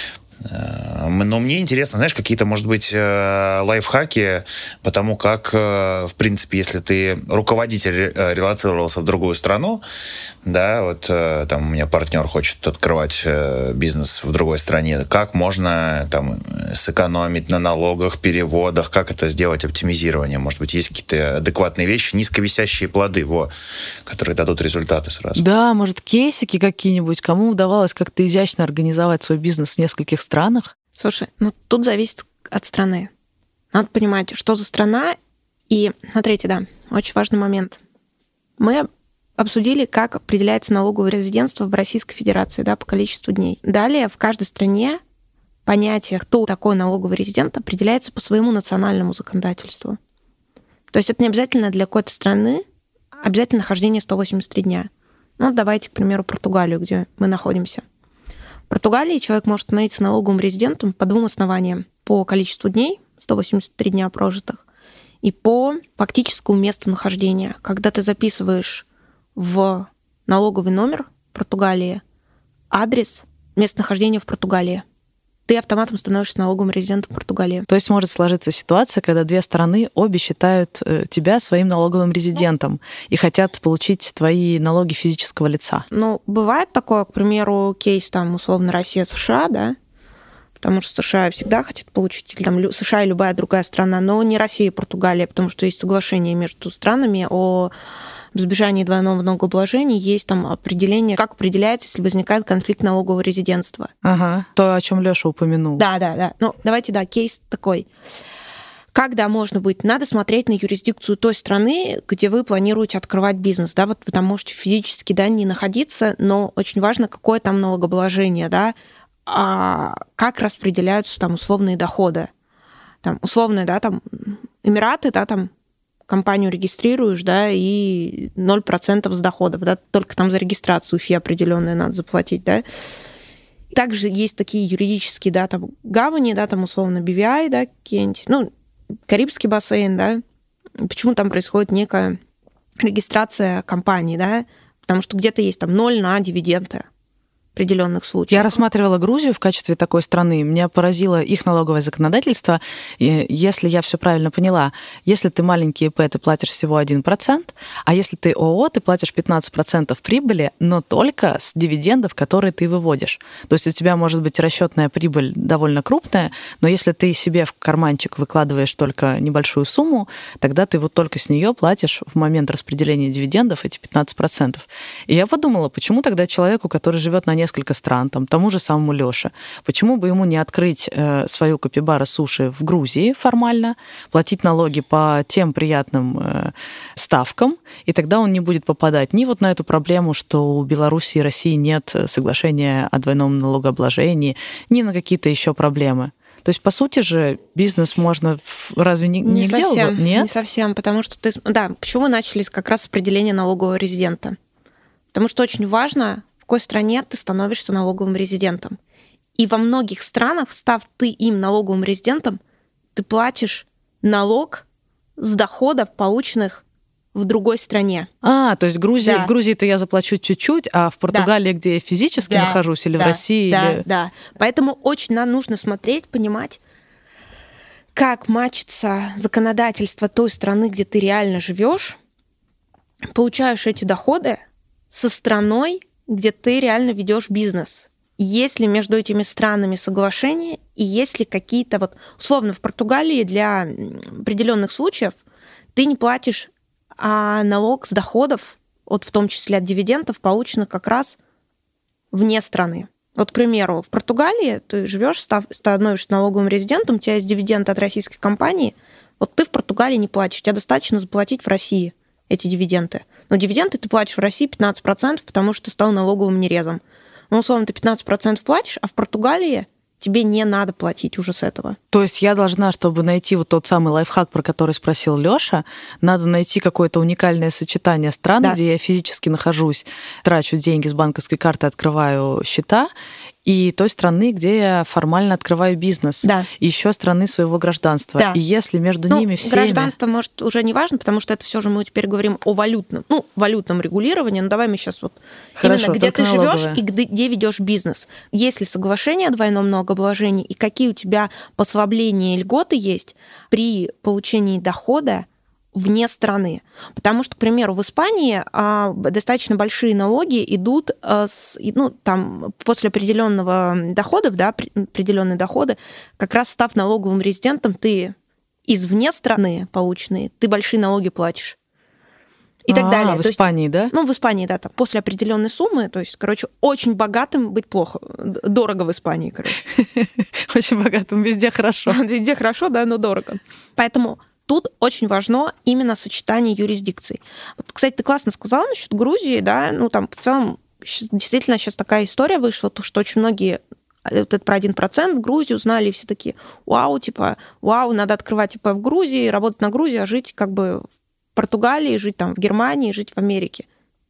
[SPEAKER 2] Но мне интересно, знаешь, какие-то, может быть, лайфхаки по тому, как, в принципе, если ты руководитель релоцировался в другую страну, да, вот там у меня партнер хочет открывать бизнес в другой стране, как можно там сэкономить на налогах, переводах, как это сделать, оптимизирование? Может быть, есть какие-то адекватные вещи, низковисящие плоды, которые дадут результаты сразу?
[SPEAKER 1] Да, может, кейсики какие-нибудь, кому удавалось как-то изящно организовать свой бизнес в нескольких странах?
[SPEAKER 4] Слушай, тут зависит от страны. Надо понимать, что за страна. И смотрите, да, очень важный момент. Мы обсудили, как определяется налоговое резидентство в Российской Федерации, да, по количеству дней. Далее в каждой стране понятие, кто такой налоговый резидент, определяется по своему национальному законодательству. То есть это не обязательно для какой-то страны обязательно нахождение 183 дня. Давайте, к примеру, Португалию, где мы находимся. В Португалии человек может становиться налоговым резидентом по двум основаниям. По количеству дней, 183 дня прожитых, и по фактическому месту нахождения. Когда ты записываешь в налоговый номер Португалии адрес местонахождения в Португалии, ты автоматом становишься налоговым резидентом Португалии.
[SPEAKER 1] То есть может сложиться ситуация, когда две стороны обе считают тебя своим налоговым резидентом и хотят получить твои налоги физического лица.
[SPEAKER 4] Бывает такое, к примеру, кейс там условно Россия-США, да, потому что США всегда хотят получить, или там США и любая другая страна, но не Россия и Португалия, потому что есть соглашение между странами о избежании двойного налогообложения, есть там определение, как определяется, если возникает конфликт налогового резидентства.
[SPEAKER 1] Ага, то, о чем Лёша упомянул.
[SPEAKER 4] Да. Давайте, кейс такой. Когда можно быть? Надо смотреть на юрисдикцию той страны, где вы планируете открывать бизнес. Да? Вот вы там можете физически, да, не находиться, но очень важно, какое там налогообложение, да, как распределяются там условные доходы. Там, условные, да, там Эмираты, да, там компанию регистрируешь, да, и 0% с доходов, да, только там за регистрацию фи определенные надо заплатить, да. Также есть такие юридические, да, там, гавани, да, там, условно, BVI, да, какие-нибудь, ну, Карибский бассейн, да, почему там происходит некая регистрация компании, да, потому что где-то есть там 0 на дивиденды в определенных случаях.
[SPEAKER 1] Я рассматривала Грузию в качестве такой страны. Меня поразило их налоговое законодательство. И если я все правильно поняла, если ты маленький ИП, ты платишь всего 1%, а если ты ООО, ты платишь 15% прибыли, но только с дивидендов, которые ты выводишь. То есть у тебя может быть расчетная прибыль довольно крупная, но если ты себе в карманчик выкладываешь только небольшую сумму, тогда ты вот только с нее платишь в момент распределения дивидендов эти 15%. И я подумала, почему тогда человеку, который живет на несколько стран, там, тому же самому Лёше, почему бы ему не открыть свою капибара суши в Грузии формально, платить налоги по тем приятным ставкам, и тогда он не будет попадать ни вот на эту проблему, что у Беларуси и России нет соглашения о двойном налогообложении, ни на какие-то еще проблемы. То есть, по сути же, бизнес можно разве не
[SPEAKER 4] совсем,
[SPEAKER 1] Нет?
[SPEAKER 4] Не совсем, потому что ты... Да, почему мы начали как раз с определения налогового резидента? Потому что очень важно, в какой стране ты становишься налоговым резидентом. И во многих странах, став ты им налоговым резидентом, ты платишь налог с доходов, полученных в другой стране.
[SPEAKER 1] То есть в Грузии-то я заплачу чуть-чуть, а в Португалии, где я физически нахожусь, или в России...
[SPEAKER 4] Да. Поэтому очень нужно смотреть, понимать, как матчится законодательство той страны, где ты реально живешь, получаешь эти доходы со страной, где ты реально ведешь бизнес. Есть ли между этими странами соглашения, и есть ли какие-то условно в Португалии для определенных случаев ты не платишь налог с доходов, в том числе от дивидендов, полученных как раз вне страны. К примеру, в Португалии ты живешь, становишься налоговым резидентом, у тебя есть дивиденды от российской компании, ты в Португалии не платишь, тебе достаточно заплатить в России эти дивиденды. Но дивиденды ты платишь в России 15%, потому что ты стал налоговым нерезом. Условно, ты 15% платишь, а в Португалии тебе не надо платить уже с этого.
[SPEAKER 1] То есть я должна, чтобы найти тот самый лайфхак, про который спросил Лёша, надо найти какое-то уникальное сочетание стран, где я физически нахожусь, трачу деньги с банковской карты, открываю счета, и той страны, где я формально открываю бизнес, и еще страны своего гражданства. И если между ними всеми...
[SPEAKER 4] Гражданство, может, уже не важно, потому что это все же мы теперь говорим о валютном регулировании, но давай мы сейчас
[SPEAKER 1] Хорошо,
[SPEAKER 4] именно где ты живешь и где ведешь бизнес. Есть ли соглашение о двойном налогообложении, и какие у тебя послабления и льготы есть при получении дохода вне страны. Потому что, к примеру, в Испании достаточно большие налоги идут после определенного дохода, определенные доходы, как раз став налоговым резидентом, ты извне страны полученные, ты большие налоги платишь. И так далее.
[SPEAKER 1] В Испании, да?
[SPEAKER 4] В Испании, да, после определенной суммы, то есть, очень богатым быть плохо. Дорого в Испании,
[SPEAKER 1] Очень богатым, везде хорошо.
[SPEAKER 4] Везде хорошо, да, но дорого. Поэтому тут очень важно именно сочетание юрисдикций. Кстати, ты классно сказала насчет Грузии, да, в целом действительно сейчас такая история вышла, что очень многие про 1% Грузию знали, и все такие, вау, надо открывать ИП в Грузии, работать на Грузии, а жить в Португалии, жить в Германии, жить в Америке.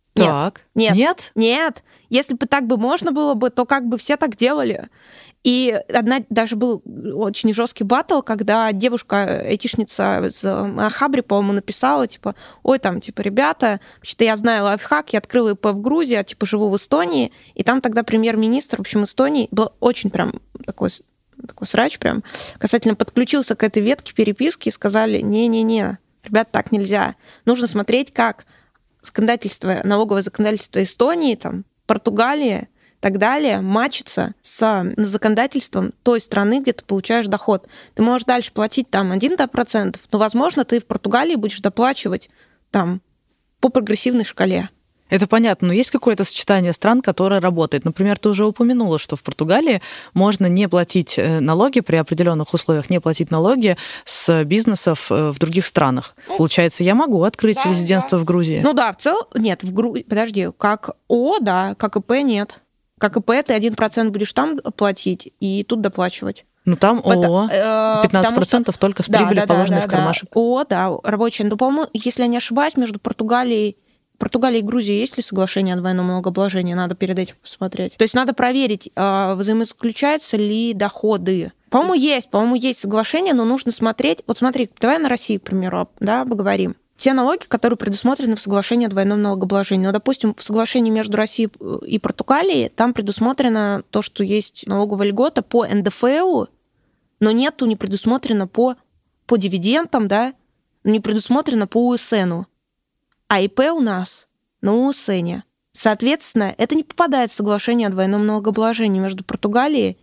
[SPEAKER 4] Нет. Если бы так можно было бы, то все так делали. И даже был очень жесткий баттл, когда девушка-айтишница из Хабри, по-моему, написала, ребята, вообще-то я знаю лайфхак, я открыла ИП в Грузии, живу в Эстонии, и там тогда премьер-министр, Эстонии, был очень такой срач, касательно подключился к этой ветке переписки и сказали, не-не-не, ребят, так нельзя. Нужно смотреть, как налоговое законодательство Эстонии, Португалии, так далее, матчится с законодательством той страны, где ты получаешь доход. Ты можешь дальше платить 1%, но, возможно, ты в Португалии будешь доплачивать по прогрессивной шкале.
[SPEAKER 1] Это понятно, но есть какое-то сочетание стран, которое работает. Например, ты уже упомянула, что в Португалии можно не платить налоги при определенных условиях, не платить налоги с бизнесов в других странах. Получается, я могу открыть резидентство в Грузии?
[SPEAKER 4] В целом, нет, в Грузии, подожди, как ООО, да, как ИП нет. Как ИП ты 1% будешь там платить и тут доплачивать.
[SPEAKER 1] Там ООО 15% только с прибыли, положенной в кармашек.
[SPEAKER 4] ООО, да, рабочая. Но, по-моему, если я не ошибаюсь, между Португалией Португалии и Грузии есть ли соглашение о двойном налогообложении? Надо перед этим посмотреть. То есть надо проверить, взаимоисключаются ли доходы. По-моему, есть соглашение, но нужно смотреть. Вот смотри, давай на России, к примеру, да, поговорим. Те налоги, которые предусмотрены в соглашении о двойном налогообложении. Ну, допустим, в соглашении между Россией и Португалией там предусмотрено то, что есть налоговая льгота по НДФЛ, но не предусмотрено по дивидендам, да, не предусмотрено по УСНу. А ИП у нас на УСНе. Соответственно, это не попадает в соглашение о двойном налогообложении между Португалией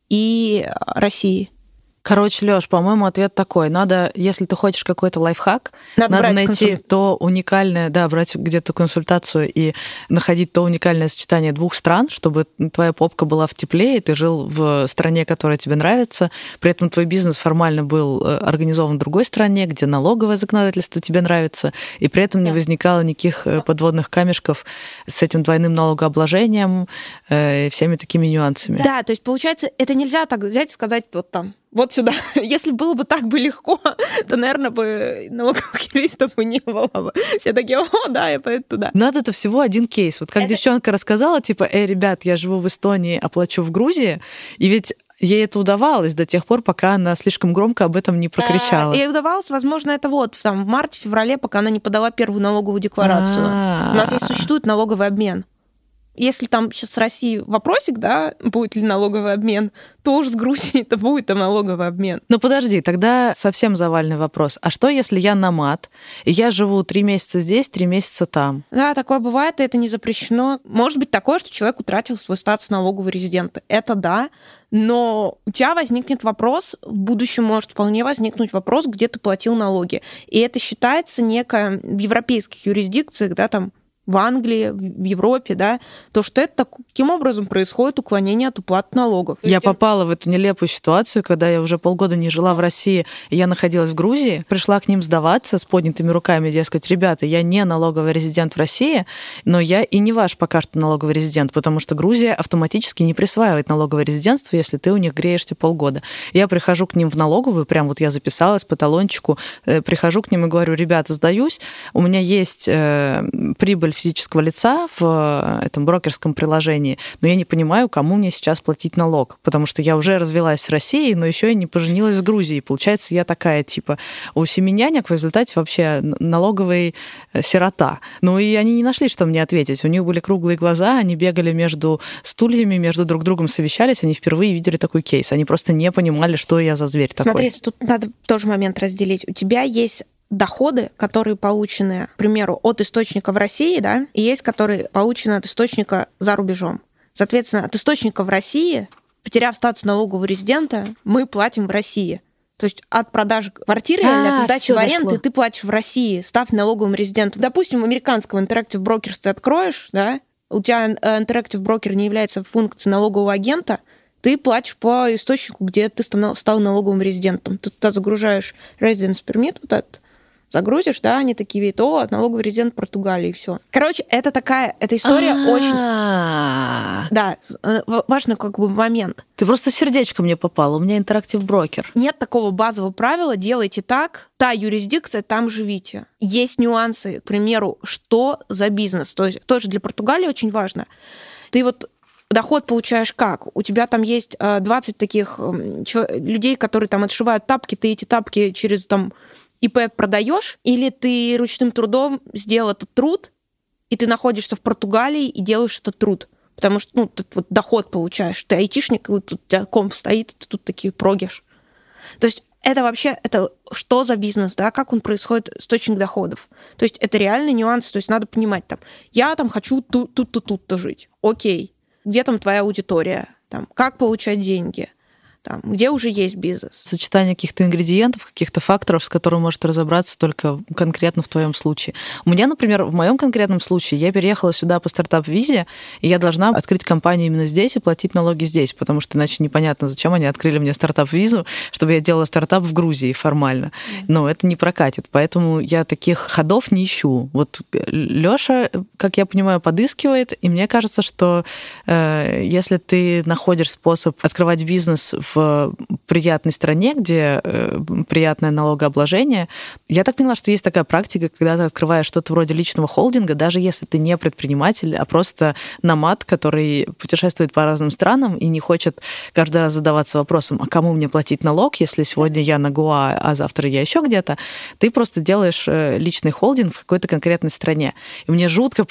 [SPEAKER 4] и Россией.
[SPEAKER 1] Короче, Лёш, по-моему, ответ такой. Надо, если ты хочешь какой-то лайфхак, надо найти то уникальное, да, брать где-то консультацию и находить то уникальное сочетание двух стран, чтобы твоя попка была в тепле, и ты жил в стране, которая тебе нравится, при этом твой бизнес формально был организован в другой стране, где налоговое законодательство тебе нравится, и при этом не возникало никаких подводных камешков с этим двойным налогообложением и всеми такими нюансами.
[SPEAKER 4] Да, то есть, получается, это нельзя так взять и сказать вот там, вот сюда. Если было бы так бы легко, то, наверное, бы налоговых юристов бы не было бы. Все такие, о, да, я поеду туда.
[SPEAKER 1] Надо это всего один кейс. Вот как девчонка рассказала, типа, ребят, я живу в Эстонии, оплачу в Грузии, и ведь ей это удавалось до тех пор, пока она слишком громко об этом не прокричала.
[SPEAKER 4] Ей удавалось, возможно, это вот там, в марте-феврале, пока она не подала первую налоговую декларацию. У нас есть существует налоговый обмен. Если там сейчас с Россией вопросик, да, будет ли налоговый обмен, то уж с Грузией это будет там налоговый обмен.
[SPEAKER 1] Ну подожди, тогда совсем завальный вопрос. А что, если я номад, и я живу 3 месяца здесь, 3 месяца там?
[SPEAKER 4] Да, такое бывает, и это не запрещено. Может быть такое, что человек утратил свой статус налогового резидента. Это да, но у тебя возникнет вопрос, в будущем может вполне возникнуть вопрос, где ты платил налоги. И это считается некое в европейских юрисдикциях, да, там, в Англии, в Европе, да, то, что это таким образом происходит уклонение от уплаты налогов.
[SPEAKER 1] Я попала в эту нелепую ситуацию, когда я уже полгода не жила в России, и я находилась в Грузии, пришла к ним сдаваться с поднятыми руками, дескать, ребята, я не налоговый резидент в России, но я и не ваш пока что налоговый резидент, потому что Грузия автоматически не присваивает налоговое резидентство, если ты у них греешься полгода. Я прихожу к ним в налоговую, прям вот я записалась по талончику, прихожу к ним и говорю, ребята, сдаюсь, у меня есть прибыль физического лица в этом брокерском приложении, но я не понимаю, кому мне сейчас платить налог, потому что я уже развелась с Россией, но еще и не поженилась с Грузией. Получается, я такая, типа, у 7 нянек в результате вообще налоговый сирота. Ну и они не нашли, что мне ответить. У них были круглые глаза, они бегали между стульями, между друг другом совещались, они впервые видели такой кейс. Они просто не понимали, что я за зверь такой.
[SPEAKER 4] Смотри, тут надо тоже момент разделить. У тебя есть доходы, которые получены, к примеру, от источника в России, да, и есть, которые получены от источника за рубежом. Соответственно, от источника в России, потеряв статус налогового резидента, мы платим в России. То есть от продажи квартиры или от сдачи в аренду ты платишь в России, став налоговым резидентом. Допустим, американского Interactive Brokers ты откроешь, да, у тебя Interactive Broker не является функцией налогового агента, ты платишь по источнику, где ты стал налоговым резидентом. Ты туда загружаешь residence permit, вот этот, загрузишь, да, они такие видят, налоговый резидент Португалии, и все. Короче, эта история очень... Да, важный как бы момент.
[SPEAKER 1] Ты просто в сердечко мне попала, у меня Interactive Broker.
[SPEAKER 4] Нет такого базового правила, делайте так, та юрисдикция, там живите. Есть нюансы, к примеру, что за бизнес. То есть тоже для Португалии очень важно. Ты вот доход получаешь как? У тебя там есть 20 таких людей, которые там отшивают тапки, ты эти тапки через там ИП продаешь, или ты ручным трудом сделал этот труд, и ты находишься в Португалии и делаешь этот труд. Потому что ты вот доход получаешь. Ты айтишник, и тут у тебя комп стоит, и ты тут такие прогишь. То есть это вообще, это что за бизнес, да, как он происходит, источник доходов. То есть это реальный нюанс, то есть надо понимать, там, я там хочу тут-то жить. Окей. Где там твоя аудитория? Там, как получать деньги? Там, где уже есть бизнес.
[SPEAKER 1] Сочетание каких-то ингредиентов, каких-то факторов, с которыми может разобраться только конкретно в твоем случае. У меня, например, в моем конкретном случае, я переехала сюда по стартап-визе, и я должна открыть компанию именно здесь и платить налоги здесь, потому что иначе непонятно, зачем они открыли мне стартап-визу, чтобы я делала стартап в Грузии формально. Но это не прокатит, поэтому я таких ходов не ищу. Вот Лёша, как я понимаю, подыскивает, и мне кажется, что если ты находишь способ открывать бизнес в приятной стране, где приятное налогообложение. Я так поняла, что есть такая практика, когда ты открываешь что-то вроде личного холдинга, даже если ты не предприниматель, а просто номад, который путешествует по разным странам и не хочет каждый раз задаваться вопросом, а кому мне платить налог, если сегодня я на Гоа, а завтра я еще где-то. Ты просто делаешь личный холдинг в какой-то конкретной стране. И мне жутко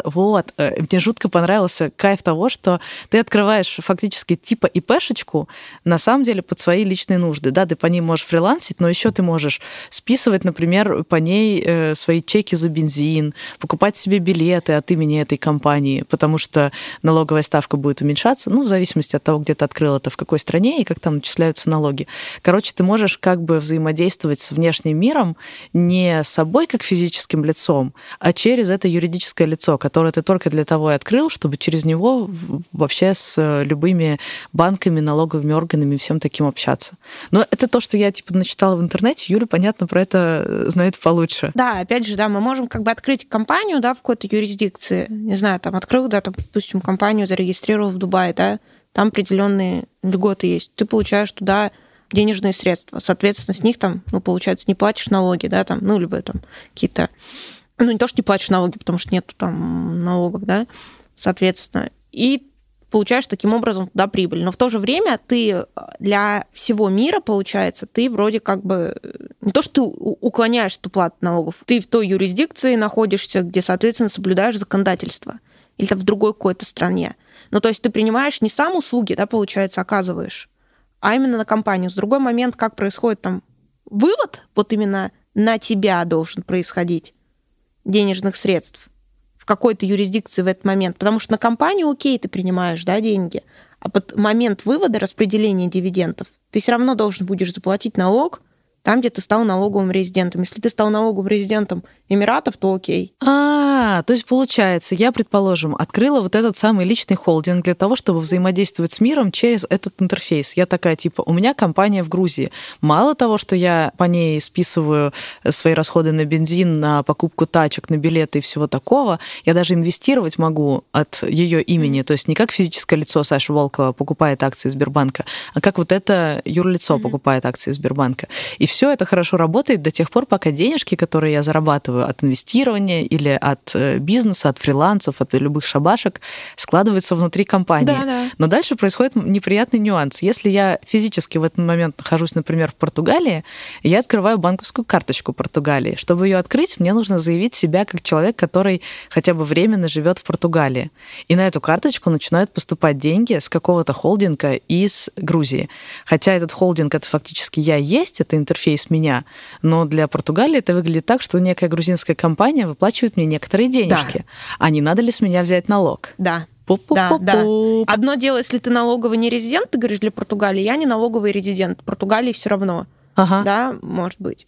[SPEAKER 1] понравился кайф того, что ты открываешь фактически типа ИПшечку, на самом деле под свои личные нужды. Да, ты по ней можешь фрилансить, но еще ты можешь списывать, например, по ней свои чеки за бензин, покупать себе билеты от имени этой компании, потому что налоговая ставка будет уменьшаться, в зависимости от того, где ты открыл это, в какой стране и как там начисляются налоги. Короче, ты можешь как бы взаимодействовать с внешним миром не с собой как физическим лицом, а через это юридическое лицо, которое ты только для того и открыл, чтобы через него вообще с любыми банками, налоговыми органами и всем таким общаться. Но это то, что я начитала в интернете. Юля, понятно, про это знает получше.
[SPEAKER 4] Да, опять же, мы можем как бы открыть компанию, в какой-то юрисдикции. Не знаю, открыл, допустим, компанию, зарегистрировал в Дубае, там определенные льготы есть. Ты получаешь туда денежные средства. Соответственно, с них получается, не платишь налоги, либо какие-то... не то, что не платишь налоги, потому что нет налогов, соответственно. И получаешь таким образом туда прибыль. Но в то же время ты для всего мира, получается, ты вроде как бы... Не то, что ты уклоняешься от уплаты налогов, ты в той юрисдикции находишься, где, соответственно, соблюдаешь законодательство. Или в другой какой-то стране. То есть ты принимаешь не сам услуги, получается, оказываешь, а именно на компанию. С другой момент, как происходит вывод, именно на тебя должен происходить денежных средств в какой-то юрисдикции в этот момент. Потому что на компанию, окей, ты принимаешь, деньги, а под момент вывода, распределения дивидендов, ты все равно должен будешь заплатить налог там, где ты стал налоговым резидентом. Если ты стал налоговым резидентом Эмиратов, то окей.
[SPEAKER 1] То есть получается, я, предположим, открыла вот этот самый личный холдинг для того, чтобы взаимодействовать с миром через этот интерфейс. Я такая, у меня компания в Грузии. Мало того, что я по ней списываю свои расходы на бензин, на покупку тачек, на билеты и всего такого, я даже инвестировать могу от ее имени. То есть не как физическое лицо Саша Волкова покупает акции Сбербанка, а как вот это юрлицо покупает акции Сбербанка. И все это хорошо работает до тех пор, пока денежки, которые я зарабатываю от инвестирования или от бизнеса, от фрилансов, от любых шабашек, складываются внутри компании.
[SPEAKER 4] Да.
[SPEAKER 1] Но дальше происходит неприятный нюанс. Если я физически в этот момент нахожусь, например, в Португалии, я открываю банковскую карточку Португалии. Чтобы ее открыть, мне нужно заявить себя как человек, который хотя бы временно живет в Португалии. И на эту карточку начинают поступать деньги с какого-то холдинга из Грузии. Хотя этот холдинг, это фактически я есть, это интерфейс меня, но для Португалии это выглядит так, что некая грузинская компания выплачивает мне некоторые денежки. Да. А не надо ли с меня взять налог?
[SPEAKER 4] Да. Да. Одно дело, если ты налоговый не резидент, ты говоришь для Португалии, я не налоговый резидент, Португалии все равно.
[SPEAKER 1] Ага.
[SPEAKER 4] Да, может быть.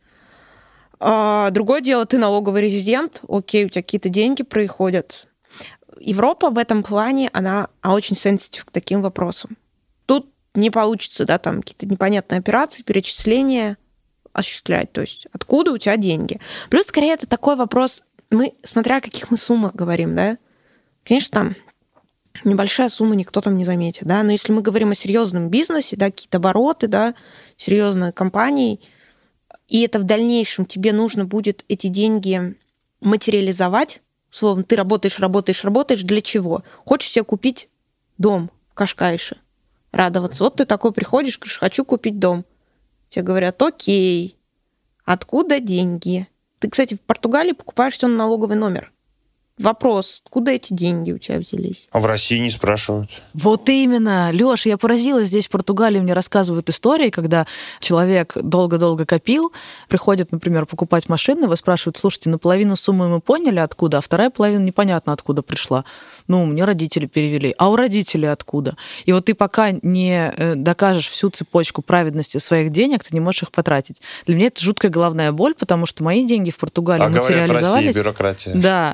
[SPEAKER 4] Другое дело, ты налоговый резидент, окей, у тебя какие-то деньги происходят. Европа в этом плане, она очень сенситив к таким вопросам. Тут не получится, какие-то непонятные операции, перечисления осуществлять, то есть откуда у тебя деньги. Плюс, скорее, это такой вопрос, смотря о каких мы суммах говорим, конечно, небольшая сумма никто там не заметит, но если мы говорим о серьезном бизнесе, какие-то обороты, серьезные компании, и это в дальнейшем тебе нужно будет эти деньги материализовать, словно ты работаешь, для чего? Хочешь себе купить дом в Кашкайше, радоваться. Вот ты такой приходишь, говоришь, хочу купить дом. Тебе говорят, окей, откуда деньги? Ты, кстати, в Португалии покупаешь все на налоговый номер. Вопрос, откуда эти деньги у тебя взялись?
[SPEAKER 2] А в России не спрашивают.
[SPEAKER 1] Вот именно. Лёш, я поразилась, здесь в Португалии мне рассказывают истории, когда человек долго-долго копил, приходит, например, покупать машину, его спрашивают, слушайте, половину суммы мы поняли, откуда, а вторая половина непонятно, откуда пришла. Мне родители перевели. А у родителей откуда? И вот ты пока не докажешь всю цепочку праведности своих денег, ты не можешь их потратить. Для меня это жуткая головная боль, потому что мои деньги в Португалии материализовались.
[SPEAKER 2] Говорят, в России бюрократия.
[SPEAKER 1] Да, но это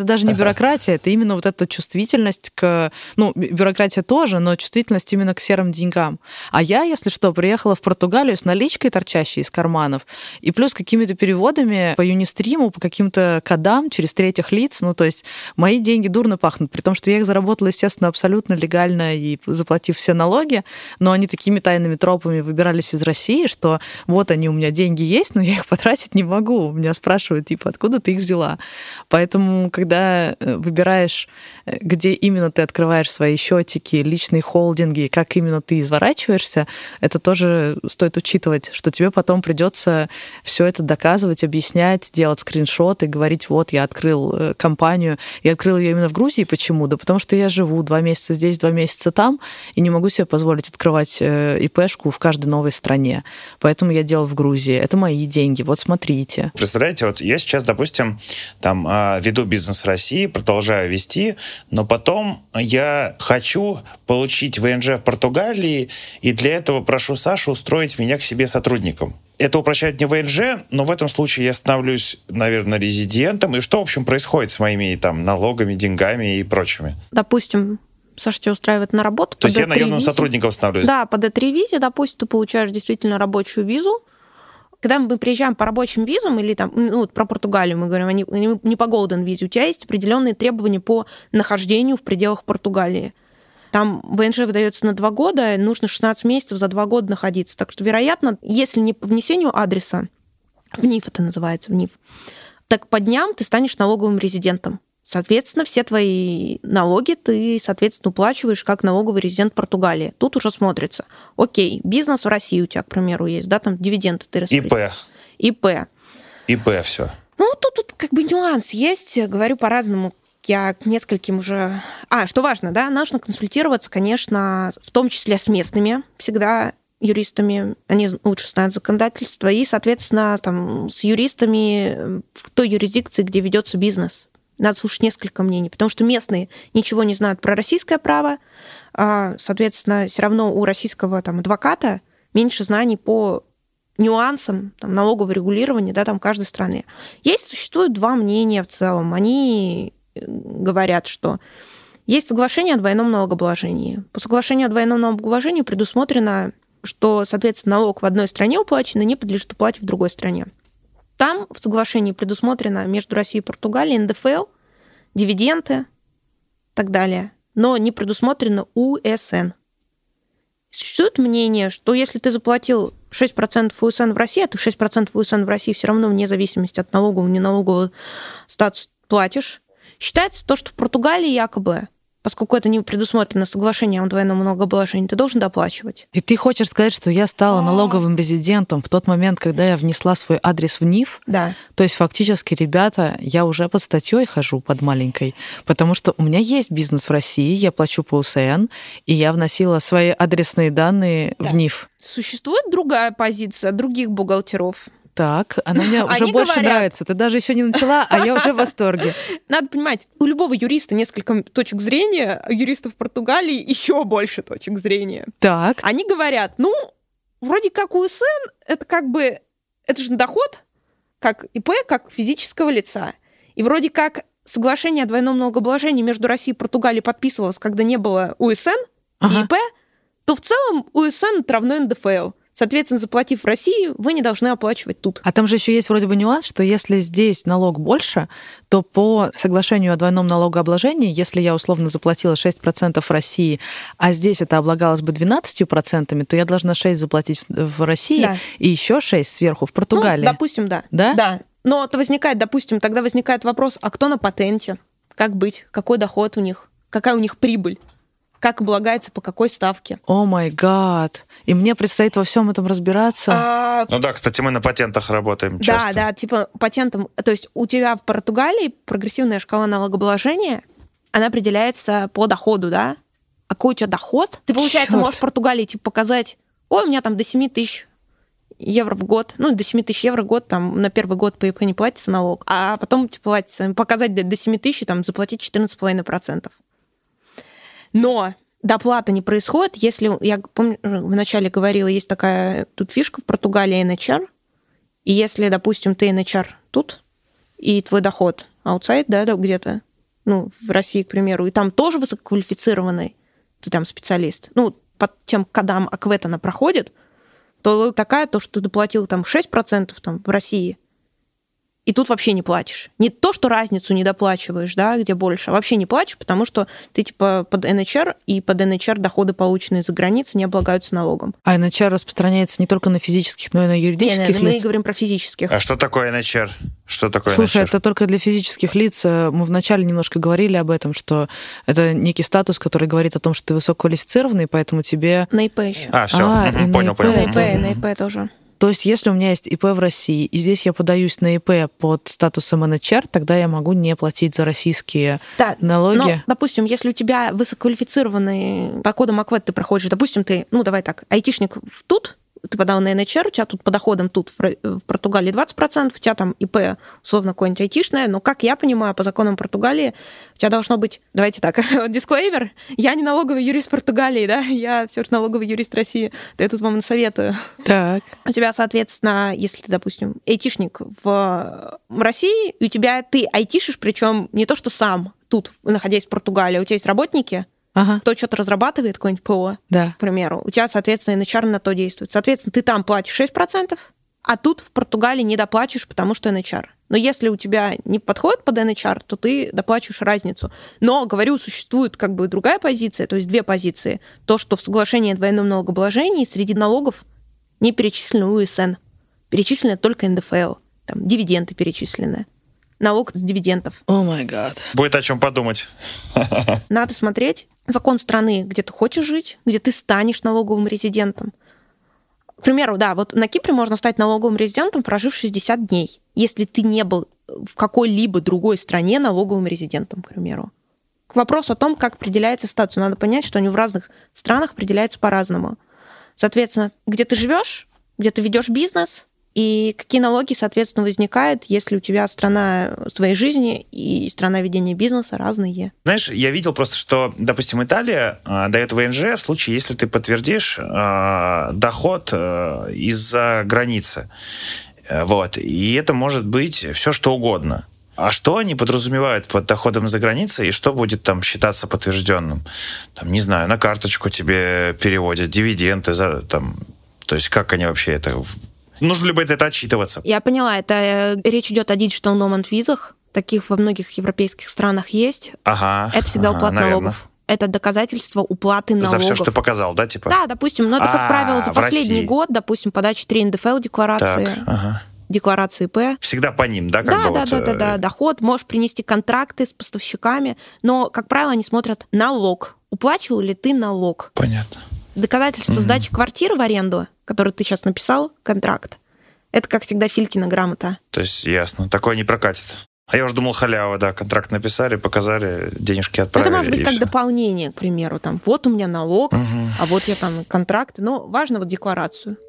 [SPEAKER 1] даже не бюрократия, это именно вот эта чувствительность к... Ну, бюрократия тоже, но чувствительность именно к серым деньгам. А я, если что, приехала в Португалию с наличкой, торчащей из карманов, и плюс какими-то переводами по Юнистриму, по каким-то кодам через третьих лиц. Ну, то есть мои деньги дурно пахнут, при том, что я их заработала, естественно, абсолютно легально и заплатив все налоги, но они такими тайными тропами выбирались из России, что вот они, у меня деньги есть, но я их потратить не могу. Меня спрашивают, типа, откуда ты их взяла? Поэтому, когда выбираешь, где именно ты открываешь свои счетики, личные холдинги, как именно ты изворачиваешься, это тоже стоит учитывать, что тебе потом придется все это доказывать, объяснять, делать скриншоты, говорить, вот, я открыл компанию, и открыл ее именно в Грузии. Почему? Да потому что я живу 2 месяца здесь, 2 месяца там, и не могу себе позволить открывать ИПшку в каждой новой стране. Поэтому я делал в Грузии. Это мои деньги. Вот смотрите.
[SPEAKER 2] Представляете, вот я сейчас, допустим, там веду бизнес в России, продолжаю вести, но потом я хочу получить ВНЖ в Португалии, и для этого прошу Сашу устроить меня к себе сотрудником. Это упрощает мне ВНЖ, но в этом случае я становлюсь, наверное, резидентом. И что, в общем, происходит с моими там налогами, деньгами и прочими?
[SPEAKER 4] Допустим, Саша тебя устраивает на работу.
[SPEAKER 2] То есть я наемным сотрудником становлюсь?
[SPEAKER 4] Да, по D3 визе, допустим, ты получаешь действительно рабочую визу. Когда мы приезжаем по рабочим визам, или там, ну, про Португалию мы говорим, они не по Golden визе, у тебя есть определенные требования по нахождению в пределах Португалии. Там ВНЖ выдается на 2 года, нужно 16 месяцев за 2 года находиться. Так что, вероятно, если не по внесению адреса, в НИФ это называется, в НИФ, так по дням ты станешь налоговым резидентом. Соответственно, все твои налоги ты, соответственно, уплачиваешь как налоговый резидент Португалии. Тут уже смотрится. Окей, бизнес в России у тебя, к примеру, есть, да, там дивиденды ты распределяешь. ИП все. Ну, тут как бы нюанс есть, говорю по-разному. Я к нескольким уже... что важно, да, нужно консультироваться, конечно, в том числе с местными всегда юристами, они лучше знают законодательство, и, соответственно, там, с юристами в той юрисдикции, где ведется бизнес. Надо слушать несколько мнений, потому что местные ничего не знают про российское право, соответственно, все равно у российского там, адвоката меньше знаний по нюансам там, налогового регулирования, да, там, каждой страны. Существует 2 мнения в целом. Они говорят, что есть соглашение о двойном налогообложении. По соглашению о двойном налогообложении предусмотрено, что, соответственно, налог в одной стране уплачен и не подлежит уплате в другой стране. Там в соглашении предусмотрено между Россией и Португалией НДФЛ, дивиденды и так далее, но не предусмотрено УСН. Существует мнение, что если ты заплатил 6% УСН в России, а ты 6% УСН в России все равно вне зависимости от налогового, не налогового статуса платишь, считается то, что в Португалии якобы, поскольку это не предусмотрено соглашением о двойном налогообложении, ты должен доплачивать.
[SPEAKER 1] И ты хочешь сказать, что я стала налоговым резидентом в тот момент, когда я внесла свой адрес в НИФ?
[SPEAKER 4] Да.
[SPEAKER 1] То есть фактически, ребята, я уже под статьей хожу, под маленькой, потому что у меня есть бизнес в России, я плачу по УСН, и я вносила свои адресные данные в НИФ.
[SPEAKER 4] Существует другая позиция других бухгалтеров.
[SPEAKER 1] Так, она мне уже больше нравится. Ты даже еще не начала, а я уже в восторге.
[SPEAKER 4] Надо понимать, у любого юриста несколько точек зрения, а у юристов Португалии еще больше точек зрения.
[SPEAKER 1] Так.
[SPEAKER 4] Они говорят, вроде как УСН, это как бы, это же доход, как ИП, как физического лица. И вроде как соглашение о двойном налогообложении между Россией и Португалией подписывалось, когда не было УСН и ИП, то в целом УСН равно НДФЛ. Соответственно, заплатив в России, вы не должны оплачивать тут.
[SPEAKER 1] А там же еще есть вроде бы нюанс, что если здесь налог больше, то по соглашению о двойном налогообложении, если я условно заплатила 6% в России, а здесь это облагалось бы 12%, то я должна 6 заплатить в России и еще 6 сверху в Португалии.
[SPEAKER 4] Допустим, да.
[SPEAKER 1] Да?
[SPEAKER 4] Да. Но это возникает, допустим, тогда возникает вопрос, а кто на патенте? Как быть? Какой доход у них? Какая у них прибыль? Как облагается, по какой ставке?
[SPEAKER 1] О май гад! И мне предстоит во всем этом разбираться.
[SPEAKER 2] Ну да, кстати, мы на патентах работаем часто.
[SPEAKER 4] Да, типа патентом. То есть у тебя в Португалии прогрессивная шкала налогообложения, она определяется по доходу, да? А какой у тебя доход? Ты, получается, можешь в Португалии типа показать, у меня там до 7 тысяч евро в год, до 7 тысяч евро в год, там на первый год по ИП не платится налог, а потом платится, показать до 7 тысяч, там заплатить 14,5%. Но доплата не происходит, если, я помню, вначале говорила, есть такая тут фишка в Португалии NHR, и если, допустим, ты NHR тут, и твой доход outside, да, где-то, в России, к примеру, и там тоже высококвалифицированный ты там специалист, по тем кодам АКВЭД она проходит, то такая, то, что ты доплатил там 6% там, в России, и тут вообще не платишь. Не то, что разницу не доплачиваешь, да, где больше, а вообще не платишь, потому что ты типа под НХР, и под НХР доходы, полученные за границей, не облагаются налогом.
[SPEAKER 1] А НХР распространяется не только на физических, но и на юридических лиц?
[SPEAKER 4] Мы говорим про физических.
[SPEAKER 2] А что такое НХР? Что такое
[SPEAKER 1] Слушай,
[SPEAKER 2] НХР?
[SPEAKER 1] это только для физических лиц. Мы вначале немножко говорили об этом, что это некий статус, который говорит о том, что ты высококвалифицированный, поэтому тебе...
[SPEAKER 4] На ИП еще.
[SPEAKER 2] Все, понял.
[SPEAKER 4] На ИП тоже.
[SPEAKER 1] То есть, если у меня есть ИП в России, и здесь я подаюсь на ИП под статусом НХР, тогда я могу не платить за российские налоги.
[SPEAKER 4] Но, допустим, если у тебя высококвалифицированный по кодам АКВЭД ты проходишь, допустим, ты, давай так, айтишник тут, ты подал на НХР, у тебя тут по доходам тут в Португалии 20%, у тебя там ИП, условно, какое-нибудь айтишное, но, как я понимаю, по законам Португалии у тебя должно быть, давайте так, дисклеймер, я не налоговый юрист Португалии, да, я все же налоговый юрист России, да я тут вам насоветую.
[SPEAKER 1] Так.
[SPEAKER 4] У тебя, соответственно, если ты, допустим, айтишник в России, и у тебя ты айтишишь, причем не то, что сам тут, находясь в Португалии, у тебя есть работники, кто что-то разрабатывает, какое-нибудь ПО, к примеру, у тебя, соответственно, НХР на то действует. Соответственно, ты там платишь 6%, а тут в Португалии не доплачешь, потому что НХР. Но если у тебя не подходит под НХР, то ты доплачиваешь разницу. Но, говорю, существует как бы другая позиция, то есть две позиции. То, что в соглашении о двойном налогообложении среди налогов не перечислены УСН. Перечислены только НДФЛ. Там дивиденды перечислены. Налог с дивидендов.
[SPEAKER 1] О май гад.
[SPEAKER 2] Будет о чем подумать.
[SPEAKER 4] Надо смотреть закон страны, где ты хочешь жить, где ты станешь налоговым резидентом. К примеру, вот на Кипре можно стать налоговым резидентом, прожив 60 дней, если ты не был в какой-либо другой стране налоговым резидентом, к примеру. К вопросу о том, как определяется статус, надо понять, что они в разных странах определяются по-разному. Соответственно, где ты живешь, где ты ведешь бизнес, и какие налоги, соответственно, возникают, если у тебя страна твоей жизни и страна ведения бизнеса разные.
[SPEAKER 2] Знаешь, я видел просто, что, допустим, Италия дает ВНЖ в случае, если ты подтвердишь доход из-за границы. И это может быть все что угодно. А что они подразумевают под доходом из-за границы, и что будет там считаться подтвержденным? Там, не знаю, на карточку тебе переводят дивиденды, то есть как они вообще это... Нужно ли будет за это отчитываться?
[SPEAKER 4] Я поняла, это речь идет о digital nomad визах. Таких во многих европейских странах есть. Это всегда уплата налогов. Это доказательство уплаты налогов.
[SPEAKER 2] За все, что показал, да, типа?
[SPEAKER 4] Да, допустим, но это, как правило, за последний год, допустим, подача 3 НДФЛ-декларации. Декларации ИП.
[SPEAKER 2] Всегда по ним, да?
[SPEAKER 4] Да. Доход. Можешь принести контракты с поставщиками, но, как правило, они смотрят налог. Уплачивал ли ты налог?
[SPEAKER 2] Понятно.
[SPEAKER 4] Доказательство сдачи квартиры в аренду, который ты сейчас написал, контракт, это, как всегда, Филькина грамота.
[SPEAKER 2] То есть, ясно. Такое не прокатит. А я уже думал, халява, да. Контракт написали, показали, денежки отправили.
[SPEAKER 4] Это может быть как дополнение, к примеру. Там, вот у меня налог, а вот я там контракт. Но важно декларацию.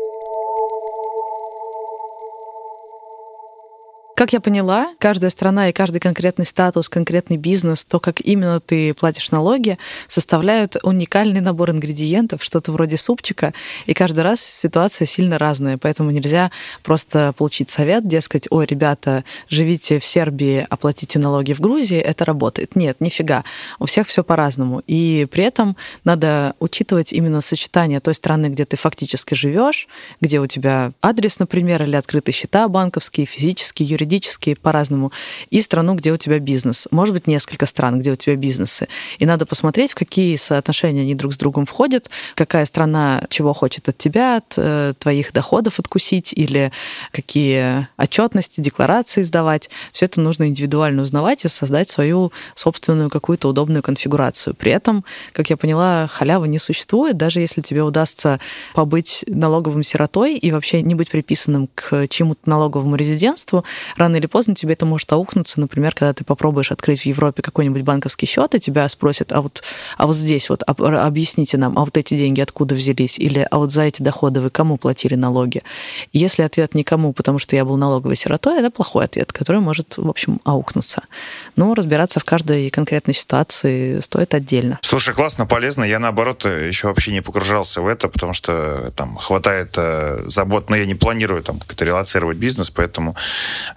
[SPEAKER 1] Как я поняла, каждая страна и каждый конкретный статус, конкретный бизнес, то, как именно ты платишь налоги, составляют уникальный набор ингредиентов, что-то вроде супчика, и каждый раз ситуация сильно разная, поэтому нельзя просто получить совет, дескать, ой, ребята, живите в Сербии, оплатите налоги в Грузии, это работает. Нет, нифига. У всех все по-разному. И при этом надо учитывать именно сочетание той страны, где ты фактически живешь, где у тебя адрес, например, или открытые счета банковские, физические, юридические, по-разному, и страну, где у тебя бизнес. Может быть, несколько стран, где у тебя бизнесы. И надо посмотреть, в какие соотношения они друг с другом входят, какая страна чего хочет от тебя, от твоих доходов откусить, или какие отчетности, декларации сдавать. Все это нужно индивидуально узнавать и создать свою собственную какую-то удобную конфигурацию. При этом, как я поняла, халявы не существует, даже если тебе удастся побыть налоговым сиротой и вообще не быть приписанным к чему-то налоговому резидентству, рано или поздно тебе это может аукнуться, например, когда ты попробуешь открыть в Европе какой-нибудь банковский счет, и тебя спросят, а вот здесь вот объясните нам, а вот эти деньги откуда взялись, или а вот за эти доходы вы кому платили налоги? И если ответ никому, потому что я был налоговой сиротой, это плохой ответ, который может, в общем, аукнуться. Но разбираться в каждой конкретной ситуации стоит отдельно.
[SPEAKER 2] Слушай, классно, полезно. Я, наоборот, еще вообще не погружался в это, потому что там хватает забот, но я не планирую там как-то релоцировать бизнес, поэтому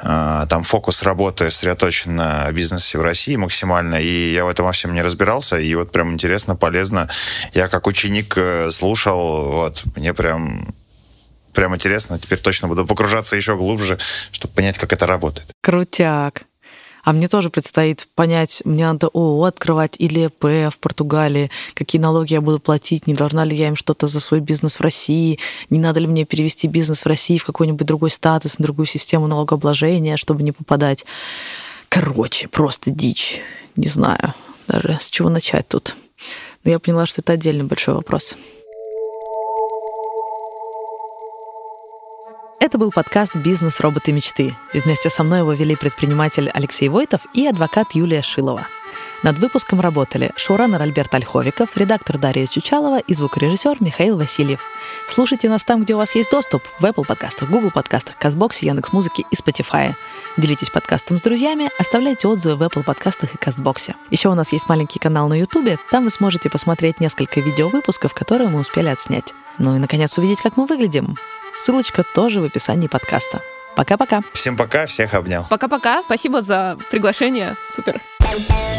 [SPEAKER 2] там фокус работы сосредоточен на бизнесе в России максимально, и я в этом во всем не разбирался, и вот прям интересно, полезно. Я как ученик слушал, вот, мне прям интересно, теперь точно буду погружаться еще глубже, чтобы понять, как это работает.
[SPEAKER 1] Крутяк. А мне тоже предстоит понять, мне надо ООО открывать или ЭП в Португалии, какие налоги я буду платить, не должна ли я им что-то за свой бизнес в России, не надо ли мне перевести бизнес в России в какой-нибудь другой статус, на другую систему налогообложения, чтобы не попадать. Короче, просто дичь. Не знаю даже, с чего начать тут. Но я поняла, что это отдельный большой вопрос. Это был подкаст «Бизнес. Роботы. Мечты». И вместе со мной его вели предприниматель Алексей Войтов и адвокат Юлия Шилова. Над выпуском работали шоураннер Альберт Ольховиков, редактор Дарья Чучалова и звукорежиссер Михаил Васильев. Слушайте нас там, где у вас есть доступ: в Apple подкастах, Google подкастах, Кастбоксе, Яндекс.Музыке и Spotify. Делитесь подкастом с друзьями, оставляйте отзывы в Apple подкастах и Кастбоксе. Еще у нас есть маленький канал на YouTube, там вы сможете посмотреть несколько видеовыпусков, которые мы успели отснять. Ну и, наконец, увидеть, как мы выглядим. Ссылочка тоже в описании подкаста. Пока-пока.
[SPEAKER 2] Всем пока, всех обнял.
[SPEAKER 3] Пока-пока. Спасибо за приглашение. Супер.